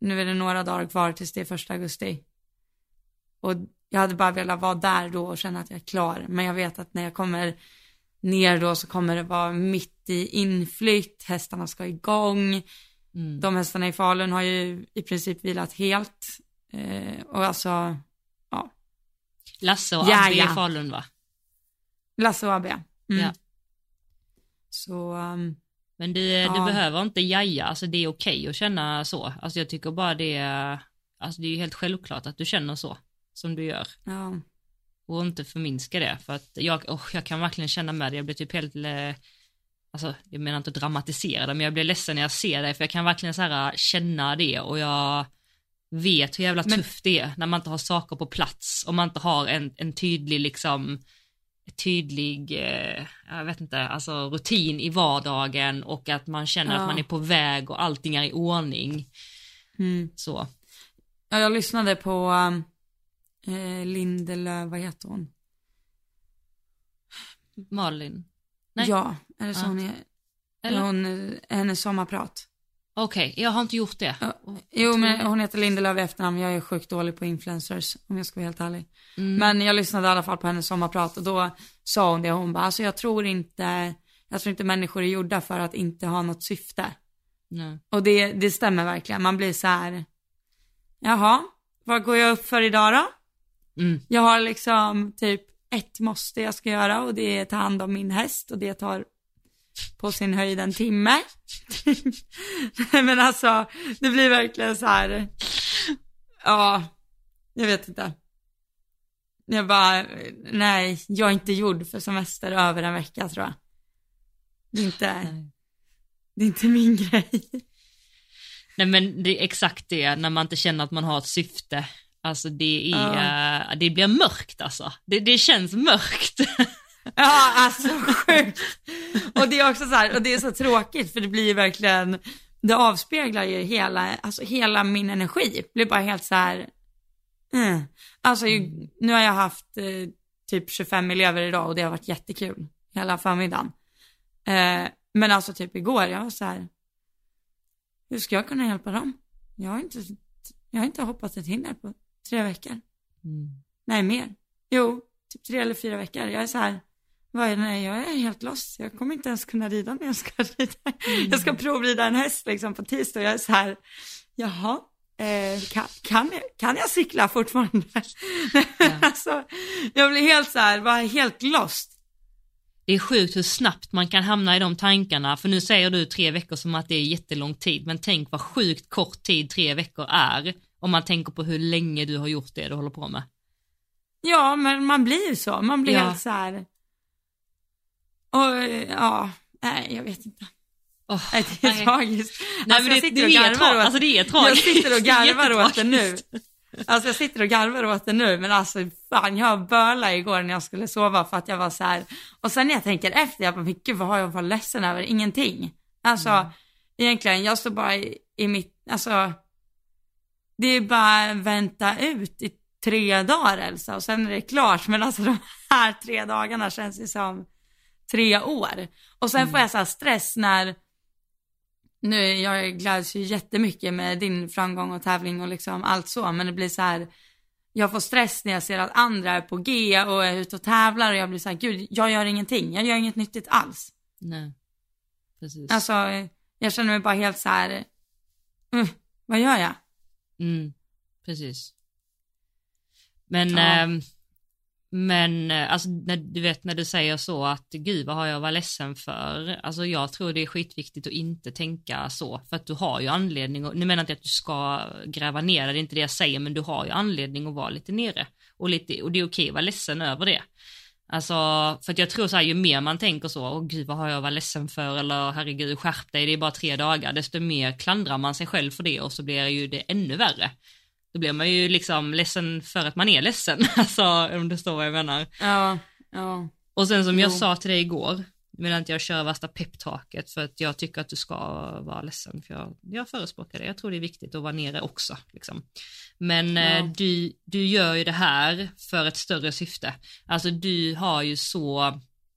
nu är det några dagar kvar tills det är första augusti. Och jag hade bara velat vara där då och känna att jag är klar. Men jag vet att när jag kommer ner då så kommer det vara mitt i inflytt. Hästarna ska igång. Mm. De hästarna i Falun har ju i princip vilat helt. Eh, och alltså, ja. Lasse och ja, Abbe ja. i Falun, va? Lasse och Abbe, mm. Ja. Så... Um, Men du, ja. du behöver inte jaja, alltså det är okej att känna så. Alltså jag tycker bara det är, alltså det är ju helt självklart att du känner så, som du gör. Ja. Och inte förminska det, för att jag, oh, jag kan verkligen känna med det. Jag blir typ helt, alltså jag menar inte att dramatisera det, men jag blir ledsen när jag ser det, för jag kan verkligen så här känna det, och jag vet hur jävla tufft men... det är när man inte har saker på plats, och man inte har en, en tydlig liksom, tydlig, eh, jag vet inte, alltså rutin i vardagen, och att man känner ja. att man är på väg och allting är i ordning. Mm. Så. Ja, jag lyssnade på eh, Lindelöf, vad heter hon? Malin? Nej. Ja, är det så ja. hon är? Eller? Hon, hennes sommarprat. Okej, okay, jag har inte gjort det. Ja, jo, men hon heter Lindelöf i efternamn. Jag är sjukt dålig på influencers, om jag ska vara helt ärlig. Mm. Men jag lyssnade i alla fall på hennes sommarprat, och då sa hon det. Hon bara, alltså jag tror inte, jag tror inte människor är gjorda för att inte ha något syfte. Nej. Och det, det stämmer verkligen. Man blir så här, jaha, vad går jag upp för idag då? Mm. Jag har liksom typ ett måste jag ska göra, och det är ta hand om min häst, och det tar på sin höjd en timme. Men alltså, det blir verkligen så här. Ja, jag vet inte. Jag bara, nej, jag är inte gjord för semester över en vecka, tror jag. Det är inte, nej. Det är inte min grej. Nej, men det är exakt det, när man inte känner att man har ett syfte. Alltså det är, ja. det blir mörkt alltså. Det, det känns mörkt. Ja, alltså sjukt. Och det är också så här, och det är så tråkigt, för det blir verkligen, det avspeglar ju hela, alltså hela min energi. Det blir bara helt så här, mm. Alltså mm. nu har jag haft eh, typ tjugofem elever idag, och det har varit jättekul hela förmiddagen. Eh, men alltså typ igår, jag var så här, hur ska jag kunna hjälpa dem? Jag har inte, jag har inte hoppat ett hinder på tre veckor. Mm. Nej, mer. Jo, typ tre eller fyra veckor. Jag är så här, vad är det? Nej, jag är helt lost. Jag kommer inte ens kunna rida när jag ska rida. Mm. Jag ska provrida en häst liksom på tisdag. Jag är så här, jaha, eh, kan, kan, jag, kan jag cykla fortfarande? Ja. Alltså, jag blir helt så här, bara helt lost. Det är sjukt hur snabbt man kan hamna i de tankarna. För nu säger du tre veckor som att det är jättelång tid. Men tänk vad sjukt kort tid tre veckor är. Om man tänker på hur länge du har gjort det du håller på med. Ja, men man blir ju så. Man blir ja. helt så här. Och ja, nej, jag vet inte. Oh, nej, det är nej. tragiskt. Nej, alltså, men jag det, sitter det, och är garvar tra- åt, alltså, det är tragiskt. Jag sitter och garvar åt det nu. Alltså jag sitter och garvar åt det nu, men alltså fan, jag börlade igår när jag skulle sova, för att jag var så här. Och sen när jag tänker efter, jag bara, gud, vad har jag varit ledsen över? Ingenting. Alltså, mm. egentligen, jag står bara i, i mitt, alltså, det är bara vänta ut i tre dagar, Elsa, och sen är det klart. Men alltså de här tre dagarna känns ju som tre år. Och sen mm. får jag så här stress när, nu, jag gläds ju jättemycket med din framgång och tävling och liksom allt så, men det blir så här, jag får stress när jag ser att andra är på G och är ute och tävlar, och jag blir så här, gud, jag gör ingenting, jag gör inget nyttigt alls. Nej, precis. Alltså, jag känner mig bara helt så här, mm, vad gör jag? Mm, precis. Men, ja. eh, men alltså, när, du vet när du säger så att gud, vad har jag varit ledsen för? Alltså jag tror det är skitviktigt att inte tänka så, för att du har ju anledning, och nu menar inte att du ska gräva ner det, det är inte det jag säger, men du har ju anledning att vara lite nere, och, lite, och det är okej att vara ledsen över det. Alltså, för att jag tror så här, ju mer man tänker så, åh gud, vad har jag varit ledsen för, eller herregud, skärp dig, det är bara tre dagar, desto mer klandrar man sig själv för det, och så blir ju det ännu värre. Då blir man ju liksom ledsen för att man är ledsen. Alltså, om det står vad jag menar. Ja, ja. Och sen som jo. jag sa till dig igår, medan inte jag kör värsta pepptaket, för att jag tycker att du ska vara ledsen. För jag, jag förespråkar det. Jag tror det är viktigt att vara nere också. Liksom. Men ja. eh, du, du gör ju det här för ett större syfte. Alltså du har ju så...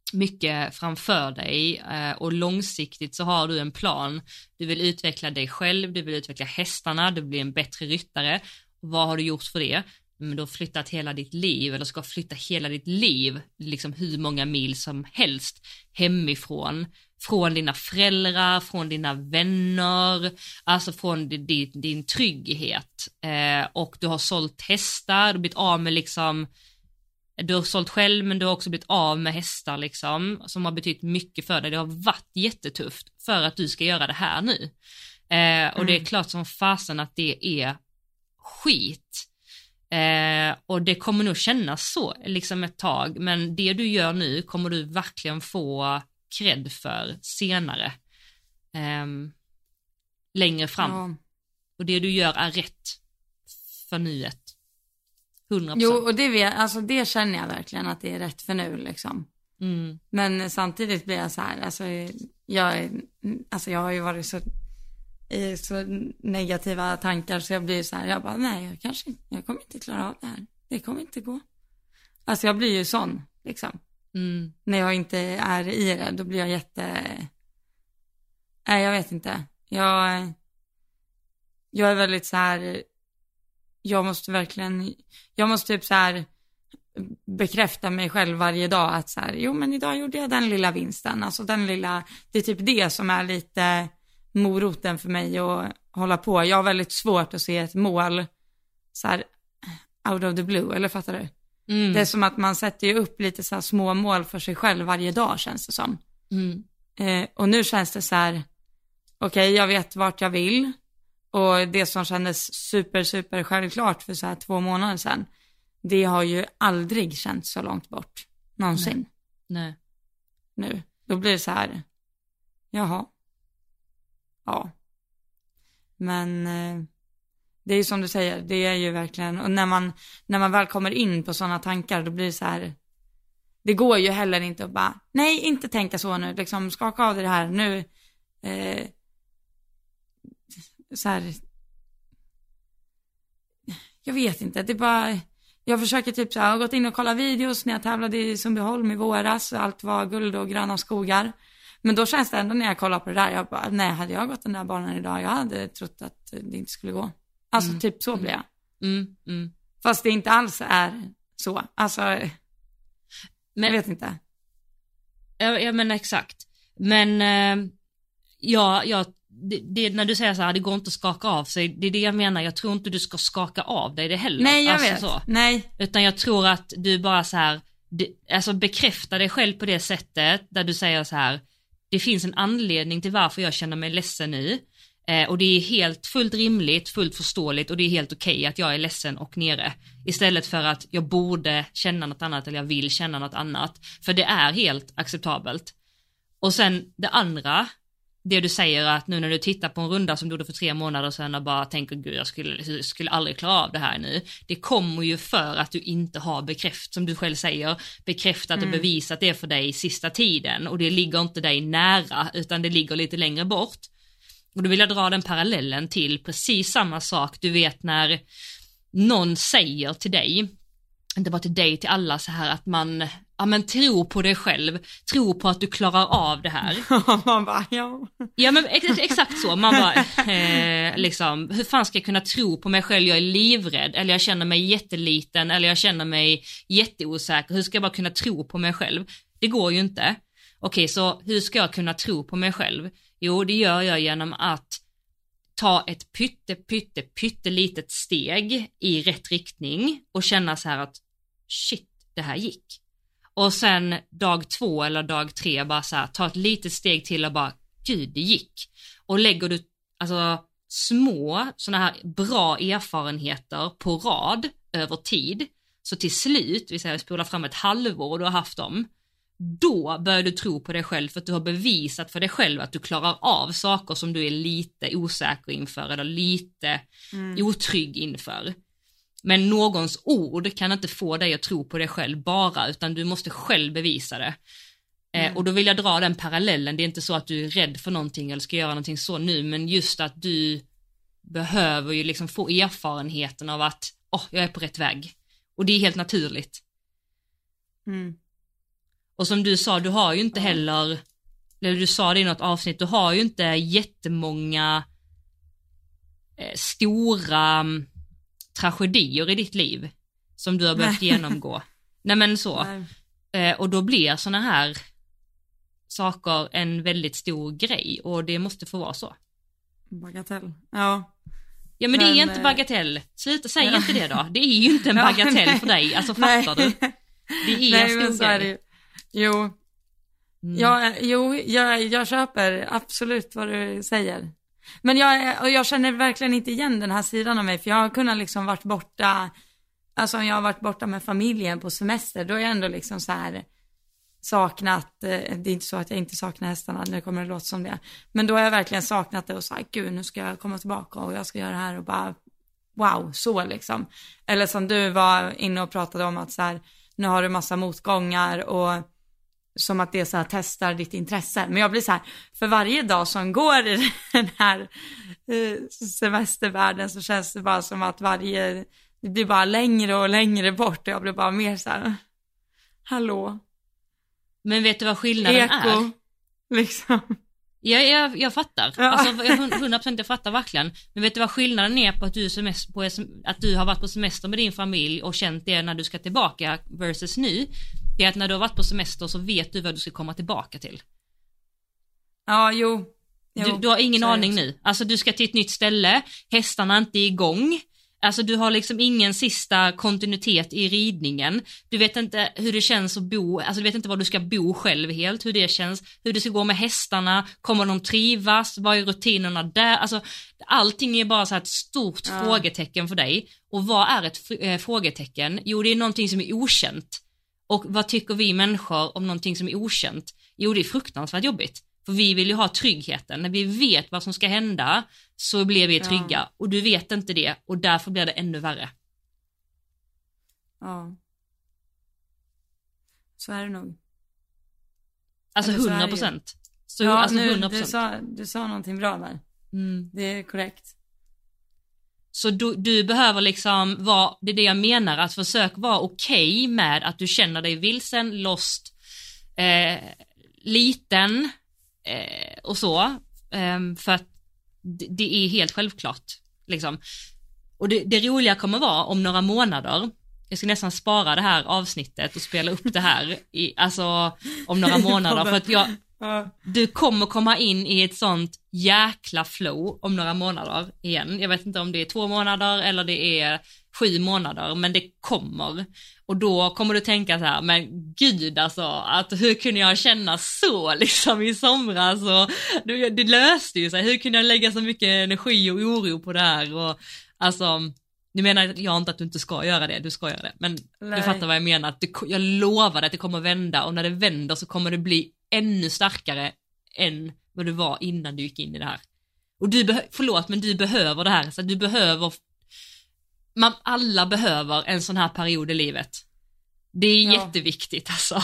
mycket framför dig eh, och långsiktigt så har du en plan. Du vill utveckla dig själv, du vill utveckla hästarna, du blir en bättre ryttare. Vad har du gjort för det? Men du har flyttat hela ditt liv, eller ska flytta hela ditt liv, liksom hur många mil som helst hemifrån, från dina föräldrar, från dina vänner, alltså från din, din trygghet. Eh, och du har sålt hästar, du har blivit av med liksom, du har sålt själv men du har också blivit av med hästar liksom, som har betytt mycket för dig. Det har varit jättetufft för att du ska göra det här nu. Eh, och mm. det är klart som fasen att det är skit. Eh, och det kommer nog kännas så liksom ett tag, men det du gör nu kommer du verkligen få cred för senare, eh, längre fram. Ja. Och det du gör är rätt för nuet. hundra procent. Jo, och det, vet, alltså det känner jag verkligen att det är rätt för nu liksom. Mm. Men samtidigt blir jag så här, alltså jag, alltså jag har ju varit så i så negativa tankar så jag blir så här, jag bara nej, jag kanske jag kommer inte klara av det här. Det kommer inte gå. Alltså jag blir ju sån liksom. Mm. När jag inte är i det, då blir jag jätte nej, jag vet inte. Jag jag är väldigt så här, jag måste verkligen jag måste typ så här bekräfta mig själv varje dag att så här, jo men idag gjorde jag den lilla vinsten, alltså den lilla, det är typ det som är lite moroten för mig att hålla på. Jag har väldigt svårt att se ett mål så här out of the blue, eller fattar du? Mm. Det är som att man sätter ju upp lite så här små mål för sig själv varje dag, känns det som. Mm. Eh, och nu känns det så här, okej, okay, jag vet vart jag vill, och det som kändes super super självklart för så här två månader sedan, det har ju aldrig känts så långt bort någonsin. Nej. Nej. Nu, då blir det så här, jaha. Ja, men eh, det är ju som du säger, det är ju verkligen, och när man, när man väl kommer in på sådana tankar, då blir det så här, det går ju heller inte att bara, nej, inte tänka så nu, liksom skaka av det här nu, eh, så här, jag vet inte, det är bara, jag försöker typ så här, jag har gått in och kollat videos när jag tävlade i Sundbyholm i våras, och allt var guld och gröna skogar. Men då känns det ändå när jag kollar på det där, jag bara, nej, hade jag gått den där banan idag, jag hade trott att det inte skulle gå. Alltså mm. typ så blir jag. Mm. Mm. Fast det inte alls är så. Alltså, men, jag vet inte. Jag, jag menar exakt. Men eh, ja, ja det, det, när du säger så här, det går inte att skaka av sig, det är det jag menar. Jag tror inte du ska skaka av dig det heller. Nej, jag alltså, vet. Så. Nej. Utan jag tror att du bara så här, det, alltså bekräfta dig själv på det sättet där du säger så här, det finns en anledning till varför jag känner mig ledsen nu, eh, och det är helt fullt rimligt, fullt förståeligt, och det är helt okej okay att jag är ledsen och nere, istället för att jag borde känna något annat eller jag vill känna något annat, för det är helt acceptabelt. Och sen det andra, det du säger att nu när du tittar på en runda som du gjorde för tre månader sedan och bara tänker, gud jag skulle, skulle aldrig klara av det här nu, det kommer ju för att du inte har bekräftat, som du själv säger, bekräftat och mm. bevisat det för dig sista tiden, och det ligger inte dig nära utan det ligger lite längre bort. Och då vill jag dra den parallellen till precis samma sak, du vet när någon säger till dig, inte bara till dig, till alla så här, att man, ja men tro på dig själv, tro på att du klarar av det här. Man bara, ja. Ja men ex- exakt så, man bara, eh, liksom, hur fan ska jag kunna tro på mig själv, jag är livrädd, eller jag känner mig jätteliten, eller jag känner mig jätteosäker, hur ska jag bara kunna tro på mig själv? Det går ju inte. Okej, så hur ska jag kunna tro på mig själv? Jo, det gör jag genom att ta ett pytte, pytte, pytte litet steg i rätt riktning och känna så här att shit, det här gick. Och sen dag två eller dag tre bara så här, ta ett litet steg till och bara, gud, det gick. Och lägger du alltså små såna här bra erfarenheter på rad över tid, så till slut, vi säger spola fram ett halvår och du har haft dem, då börjar du tro på dig själv för att du har bevisat för dig själv att du klarar av saker som du är lite osäker inför eller lite mm. otrygg inför. Men någons ord kan inte få dig att tro på dig själv bara, utan du måste själv bevisa det. Mm. Eh, och då vill jag dra den parallellen, det är inte så att du är rädd för någonting eller ska göra någonting så nu, men just att du behöver ju liksom få erfarenheten av att åh, oh, jag är på rätt väg. Och det är helt naturligt. Mm. Och som du sa, du har ju inte heller, eller du sa det i något avsnitt, du har ju inte jättemånga eh, stora um, tragedier i ditt liv som du har behövt genomgå. Nej men så. Nej. Eh, och då blir såna här saker en väldigt stor grej och det måste få vara så. Bagatell, ja. Ja men, men det är inte bagatell. Sluta, säg ja. inte det då. Det är ju inte en bagatell ja, för dig. Alltså fattar du? Det är nej, en stor grej. Jo, mm. ja, jo jag, jag köper absolut vad du säger. Men jag, och jag känner verkligen inte igen den här sidan av mig. För jag har kunnat liksom varit borta. Alltså om jag har varit borta med familjen på semester. Då är jag ändå liksom så här saknat. Det är inte så att jag inte saknar hästarna. Nu kommer det låta som det. Men då har jag verkligen saknat det. Och sagt, gud nu ska jag komma tillbaka. Och jag ska göra det här. Och bara wow, så liksom. Eller som du var inne och pratade om. Att så här, nu har du massa motgångar. Och som att det så här testar ditt intresse. Men jag blir så här, för varje dag som går i den här semestervärlden. Så känns det bara som att varje... Det blir bara längre och längre bort. Och jag blir bara mer så här, hallå. Men vet du vad skillnaden Eko, är? Liksom. Ja, jag, jag fattar. Ja. Alltså, jag, hundra procent jag fattar verkligen. Men vet du vad skillnaden är på att, du semester, på att du har varit på semester med din familj och känt det när du ska tillbaka versus nu? Det är att när du har varit på semester så vet du vad du ska komma tillbaka till. Ja, jo. jo du, du har ingen aning nu. Alltså du ska till ett nytt ställe, hästarna är inte igång. Alltså du har liksom ingen sista kontinuitet i ridningen. Du vet inte hur det känns att bo, alltså du vet inte var du ska bo själv helt, hur det känns, hur det ska gå med hästarna, kommer de trivas, vad är rutinerna där? Alltså allting är bara så här ett stort ja. frågetecken för dig. Och vad är ett fr- frågetecken? Jo, det är någonting som är okänt. Och vad tycker vi människor om någonting som är okänt? Jo, det är fruktansvärt jobbigt. För vi vill ju ha tryggheten. När vi vet vad som ska hända så blir vi trygga. Ja. Och du vet inte det. Och därför blir det ännu värre. Ja. Så är det nog. Alltså hundra procent. Så ja, alltså nu, hundra procent. Du sa, du sa någonting bra där. Mm. Det är korrekt. Så du, du behöver liksom vara, det är det jag menar, att försök vara okej okay med att du känner dig vilsen, lost, eh, liten eh, och så. Eh, för att det, det är helt självklart. Liksom. Och det, det roliga kommer vara om några månader, jag ska nästan spara det här avsnittet och spela upp det här i, alltså om några månader. För att jag... Du kommer komma in i ett sånt jäkla flow om några månader igen. Jag vet inte om det är två månader eller det är sju månader, men det kommer. Och då kommer du tänka så här, men gud alltså, att hur kunde jag känna så liksom i somras? Och det, det löste ju sig. Hur kunde jag lägga så mycket energi och oro på det här? Och alltså, du menar jag inte att du inte ska göra det, du ska göra det. Men Nej. Du fattar vad jag menar. Att du, jag lovar att det kommer vända, och när det vänder så kommer det bli ännu starkare än vad du var innan du gick in i det här. Och du behöver, förlåt, men du behöver det här. Så du behöver, man alla behöver en sån här period i livet. Det är ja. jätteviktigt alltså.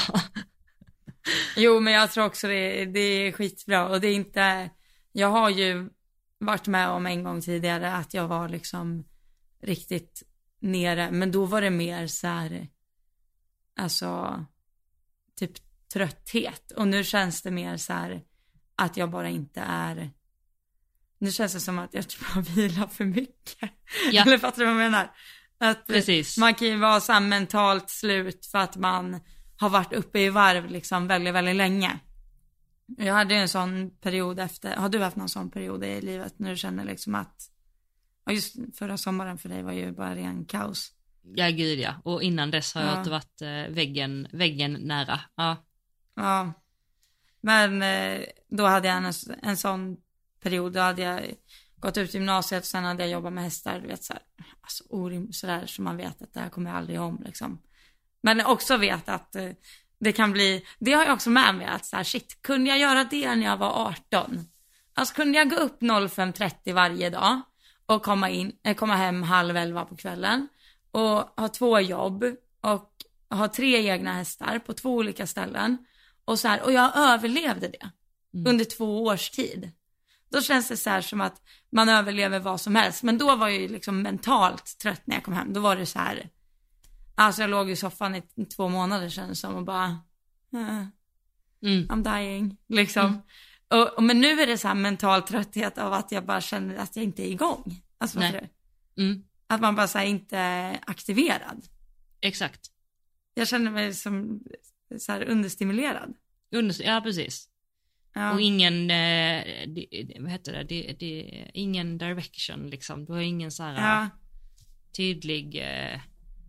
Jo, men jag tror också det, det är skitbra. Och det är inte, jag har ju varit med om en gång tidigare att jag var liksom riktigt nere. Men då var det mer så här, alltså typ trötthet. Och nu känns det mer så här att jag bara inte är, nu känns det som att jag typ har vilat för mycket. Ja. Eller fattar du vad jag menar? Att Precis. Man kan ju vara så här mentalt slut för att man har varit uppe i varv liksom väldigt, väldigt länge. Jag hade en sån period efter, har du haft någon sån period i livet när du känner liksom att, ja just förra sommaren för dig var ju bara ren kaos. Ja gud ja, och innan dess har ja. jag inte varit eh, väggen, väggen nära. Ja. Ja, men eh, då hade jag en, en sån period, då hade jag gått ut i gymnasiet och sen hade jag jobbat med hästar, du vet så här, alltså orim, sådär som man vet att det här kommer jag aldrig om liksom. Men också vet att eh, det kan bli, det har jag också med mig att så här, shit, kunde jag göra det när jag var arton? Alltså kunde jag gå upp fem trettio varje dag och komma in, eh, komma hem halv elva på kvällen och ha två jobb och ha tre egna hästar på två olika ställen. Och så här, och jag överlevde det mm. under två års tid. Då känns det så här som att man överlever vad som helst. Men då var jag ju liksom mentalt trött när jag kom hem. Då var det så här, alltså jag låg i soffan i två månader kändes som och bara, uh, Mm. I'm dying, liksom. Mm. Och, och, men nu är det så här mental trötthet av att jag bara känner att jag inte är igång. Alltså, Nej. för Mm. att man bara så här, inte är aktiverad. Exakt. Jag känner mig som så här understimulerad. Under, ja, precis. Ja. Och ingen, eh, det, vad heter det? Det, det, ingen direction liksom. Du har ingen så här Ja. tydlig... Eh,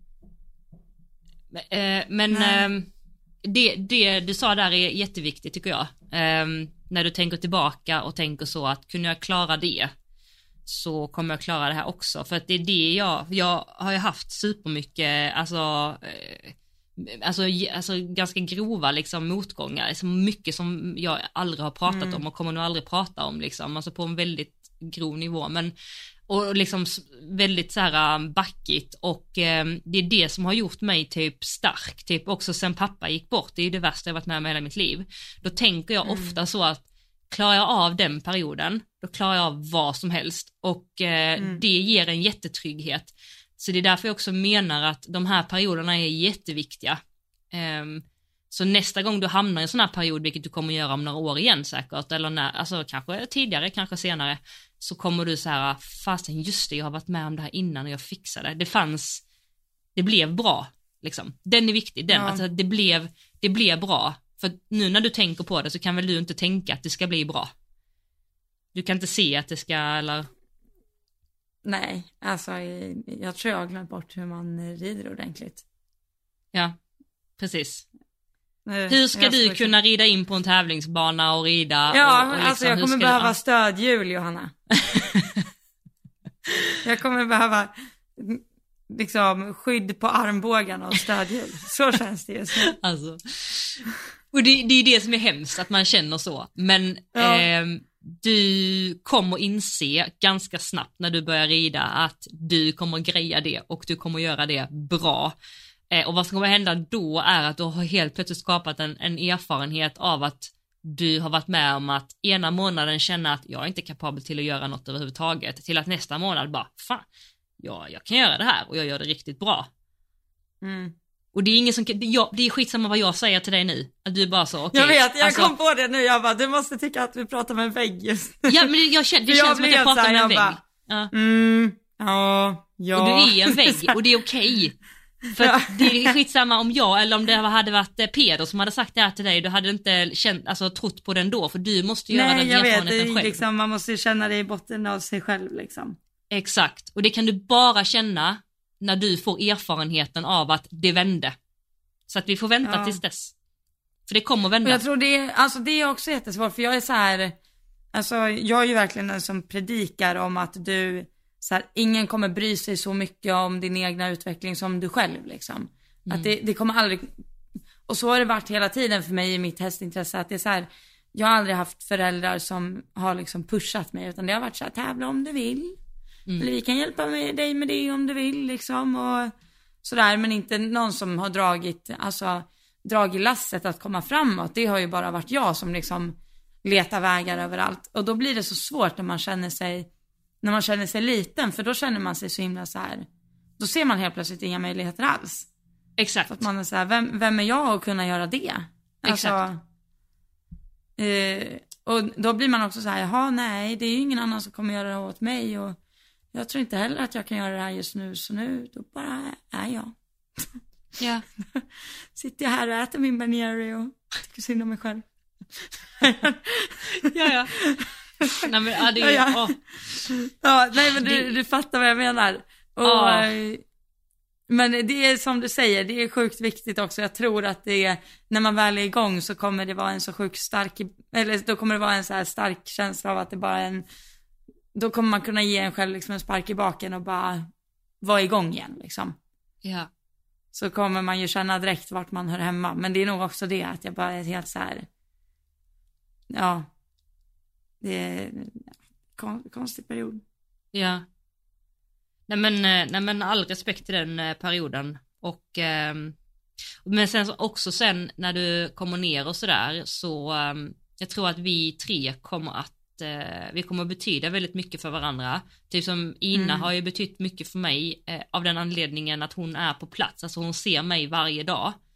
eh, men eh, det, det du sa där är jätteviktigt tycker jag. Eh, när du tänker tillbaka och tänker så att kunde jag klara det så kommer jag klara det här också. För att det är det jag, jag har ju haft supermycket, alltså... Eh, Alltså, alltså ganska grova liksom motgångar, så mycket som jag aldrig har pratat mm. om och kommer nog aldrig prata om liksom, alltså på en väldigt grov nivå, men och liksom väldigt så här backigt och eh, det är det som har gjort mig typ stark, typ också sen pappa gick bort, det är det värsta jag varit med om hela mitt liv. Då tänker jag mm. ofta så att klarar jag av den perioden, då klarar jag av vad som helst och eh, mm. det ger en jättetrygghet. Så det är därför jag också menar att de här perioderna är jätteviktiga. Um, så nästa gång du hamnar i en sån här period, vilket du kommer göra om några år igen säkert, eller när, alltså kanske tidigare, kanske senare, så kommer du så här, fasen just det, jag har varit med om det här innan och jag fixade det. Det fanns, det blev bra, liksom. Den är viktig, den, ja. Alltså det blev, det blev bra. För nu när du tänker på det så kan väl du inte tänka att det ska bli bra. Du kan inte se att det ska, eller... Nej, alltså jag tror jag har glömt bort hur man rider ordentligt. Ja, precis. Nu, hur ska du kunna rida in på en tävlingsbana och rida? Ja, och, och liksom, alltså jag kommer behöva du... stödhjul, Johanna. Jag kommer behöva liksom skydd på armbågarna och stödhjul. Så känns det just nu. Alltså. Och det, det är det som är hemskt, att man känner så. Men... Ja. Eh, du kommer inse ganska snabbt när du börjar rida att du kommer greja det och du kommer göra det bra. Eh, och vad som kommer hända då är att du har helt plötsligt skapat en, en erfarenhet av att du har varit med om att ena månaden känna att jag är inte kapabel till att göra något överhuvudtaget, till att nästa månad bara, fan, ja, jag kan göra det här och jag gör det riktigt bra. Mm. Och det är ingen som kan, det, jag, det är skitsamma vad jag säger till dig nu. Att du bara så, okej. Jag vet, jag alltså, kom på det nu, jag bara, du måste tycka att vi pratar med en vägg just nu. Ja, men jag känner, det känns som att jag pratar med en vägg. Bara, ja. Mm, ja, ja. Och du är en vägg, och det är okej. För ja. Det är skitsamma om jag, eller om det hade varit Peder som hade sagt det här till dig, du hade inte känt, alltså, trott på den då, för du måste göra Nej, den jag erfarenheten vet, själv. Liksom, man måste känna det i botten av sig själv liksom. Exakt, och det kan du bara känna när du får erfarenheten av att det vände. Så att vi får vänta ja. tills dess. För det kommer vända. Och jag tror det är, alltså det är också jättesvårt, för jag är så här, alltså jag är ju verkligen en som predikar om att du, så här, ingen kommer bry sig så mycket om din egna utveckling som du själv liksom. Mm. Att det, det kommer aldrig, och så har det varit hela tiden för mig i mitt hästintresse, att det är så här, jag har aldrig haft föräldrar som har liksom pushat mig, utan det har varit så här, tävla om du vill. Mm. Eller vi kan hjälpa med dig med det om du vill liksom, och sådär, men inte någon som har dragit, alltså dragit lasset att komma framåt. Det har ju bara varit jag som liksom letar vägar överallt. Och då blir det så svårt när man känner sig, när man känner sig liten, för då känner man sig så himla så här. Då ser man helt plötsligt inga möjligheter alls. Exakt. För att man är så här, vem, vem är jag att kunna göra det? Alltså, exakt. Eh, och då blir man också så här, jaha, nej, det är ju ingen annan som kommer göra det åt mig, och jag tror inte heller att jag kan göra det här just nu, så nu då bara är jag. Ja. Sitter jag här och äter min Bernieri och tycker synd om mig själv. ja, ja. Nej, men, ja, det är, ja, ja. Åh. ja, nej, men du, du fattar vad jag menar. Och, ja. Men det är som du säger, det är sjukt viktigt också. Jag tror att det är, när man väl är igång så kommer det vara en så sjukt stark, eller då kommer det vara en så här stark känsla av att det bara är en, då kommer man kunna ge en själv liksom en spark i baken och bara vara igång igen liksom. Ja. Så kommer man ju känna direkt vart man hör hemma. Men det är nog också det att jag bara är helt så här, ja, det är en kon- konstig period. Ja. Nej men, nej men all respekt till den perioden. Och, eh, men sen också sen när du kommer ner och sådär, så eh, jag tror att vi tre kommer att eh, vi kommer att betyda väldigt mycket för varandra. Typ som Ina mm. har ju betytt mycket för mig eh, av den anledningen att hon är på plats. Alltså hon ser mig varje dag.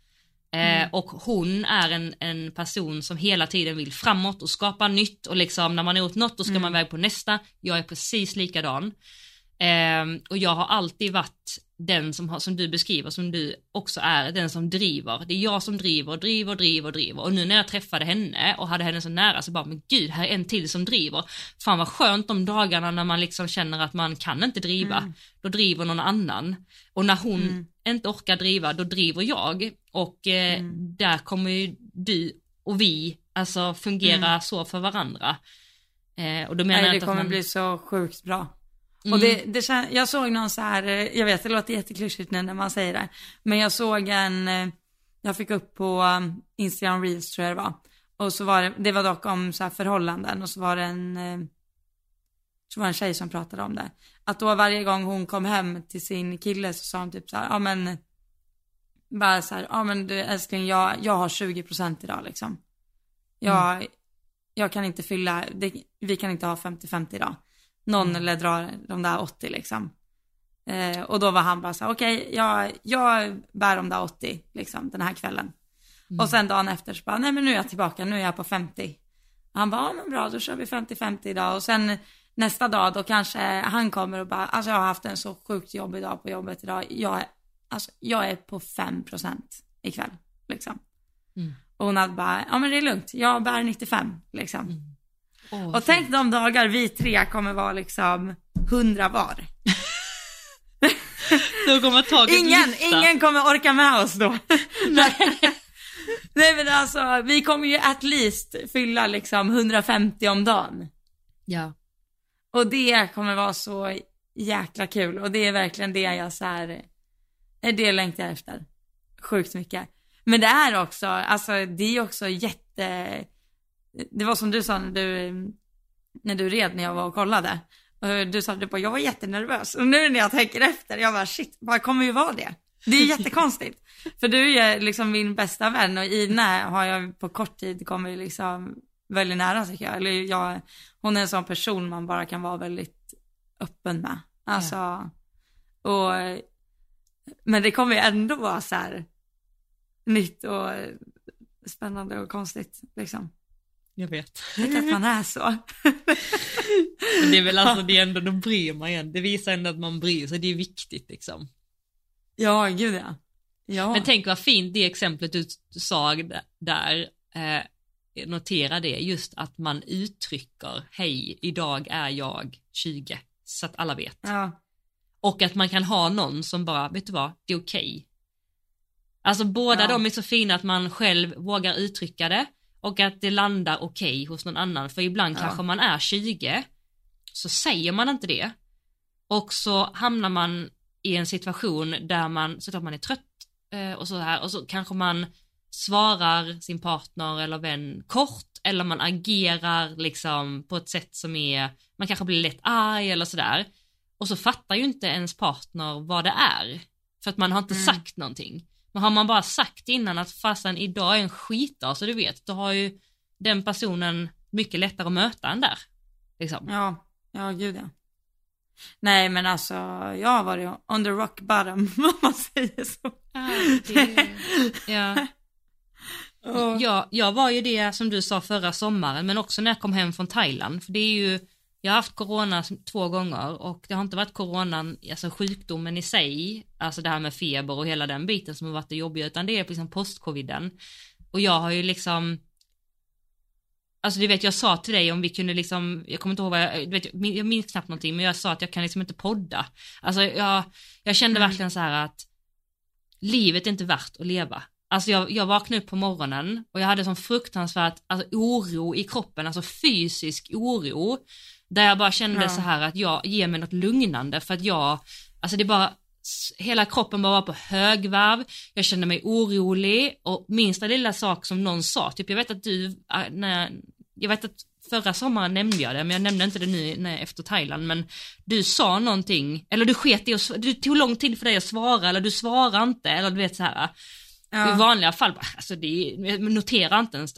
Mm. Eh, och hon är en, en person som hela tiden vill framåt och skapa nytt, och liksom när man har gjort något då ska mm. man iväg på nästa. Jag är precis likadan. Eh, och jag har alltid varit den som, har, som du beskriver, som du också är, den som driver. Det är jag som driver, driver, driver, driver. Och nu när jag träffade henne och hade henne så nära så bara, men gud, här är en till som driver. Fan vad skönt de dagarna när man liksom känner att man kan inte driva. Mm. Då driver någon annan. Och när hon mm. inte orkar driva, då driver jag. Och eh, mm. där kommer ju du och vi alltså fungera mm. så för varandra. Eh, och då menar Nej, jag det att kommer man... bli så sjukt bra. Mm. Och det, det, jag såg någon så här, jag vet det låter jätteklyschigt när man säger det, men jag såg en, jag fick upp på Instagram Reels tror jag det var, och så var det, det var dock om så här förhållanden, och så var det en, så var det en tjej som pratade om det, att då varje gång hon kom hem till sin kille så sa hon typ så här, ja men, bara så här, ja men du älskling, jag, jag har tjugo procent idag liksom, jag, mm. jag kan inte fylla, det, vi kan inte ha femtio femtio idag. Någon mm. eller drar de där åttio liksom. Eh, och då var han bara så här, okej, okay, jag, jag bär de där åttio liksom den här kvällen. Mm. Och sen dagen efter så bara, nej men nu är jag tillbaka, nu är jag på femtio. Och han bara, ja men bra, då kör vi femtio femtio idag. Och sen nästa dag då kanske han kommer och bara, alltså jag har haft en så sjukt jobb idag på jobbet idag. Jag, alltså, jag är på fem procent ikväll liksom. Mm. Och hon hade bara, ja men det är lugnt, jag bär nittiofem liksom. Mm. Oh, och tänk de dagar vi tre kommer vara liksom hundra var. Då kommer taget ingen, lyfta. ingen kommer orka med oss då. Nej. Nej men alltså, vi kommer ju at least fylla liksom hundrafemtio om dagen. Ja. Och det kommer vara så jäkla kul. Och det är verkligen det jag så här, det längtar jag efter. Sjukt mycket. Men det är också, alltså det är också jätte... Det var som du sa när du, när du red när jag var och kollade. Du sa att jag var jättenervös. Och nu när jag tänker efter, jag bara shit, vad kommer ju vara det? Det är jättekonstigt. För du är liksom min bästa vän. Och Ina har jag på kort tid kommit liksom väldigt nära tycker jag. Eller jag, hon är en sån person man bara kan vara väldigt öppen med. Alltså, ja. och, men det kommer ju ändå vara så här nytt och spännande och konstigt liksom. Jag vet. Vet att man är så. Men det är väl alltså det är ändå, då bryr man igen. Det visar ändå att man bryr sig, det är viktigt liksom. Ja, gud ja. ja. Men tänk vad fint det exemplet du sa där. Eh, notera det, just att man uttrycker, hej, idag är jag tjugo. Så att alla vet. Ja. Och att man kan ha någon som bara, vet du vad, det är okej. Okay. Alltså båda ja. de är så fina att man själv vågar uttrycka det. Och att det landar okej okay hos någon annan. För ibland ja. kanske man är tjugo. Så säger man inte det. Och så hamnar man i en situation där man, så att man är trött. Eh, och så här. Och så kanske man svarar sin partner eller vän kort. Eller man agerar liksom på ett sätt som är, man kanske blir lätt arg eller sådär. Och så fattar ju inte ens partner vad det är. För att man har inte mm. sagt någonting. Men har man bara sagt innan att fasen idag är en skitdag, så du vet, då har ju den personen mycket lättare att möta än där. Liksom. Ja, ja gud ja. Nej men alltså, jag har varit on the rock bottom, om man säger så. Ja, det, ja. Oh. ja, jag var ju det som du sa förra sommaren, men också när jag kom hem från Thailand. För det är ju, jag har haft corona två gånger och det har inte varit coronan, alltså sjukdomen i sig, alltså det här med feber och hela den biten som har varit det jobbiga, utan det är liksom post-coviden. Och jag har ju liksom, alltså du vet, jag sa till dig om vi kunde liksom, jag kommer inte ihåg vad jag, du vet, jag minns knappt någonting, men jag sa att jag kan liksom inte podda. Alltså jag, jag kände mm. verkligen så här att livet är inte värt att leva. Alltså jag, jag vaknade upp på morgonen och jag hade sån fruktansvärt alltså, oro i kroppen, alltså fysisk oro. Där jag bara kände ja. så här att jag ger mig något lugnande, för att jag, alltså det bara, hela kroppen bara var på högvarv. Jag kände mig orolig och minsta lilla sak som någon sa, typ jag vet att du, när, jag vet att förra sommaren nämnde jag det, men jag nämnde inte det nu när, efter Thailand, men du sa någonting, eller du sket i och du tog lång tid för dig att svara, eller du svarar inte, eller du vet så här. Ja. I vanliga fall, alltså det, notera inte ens det.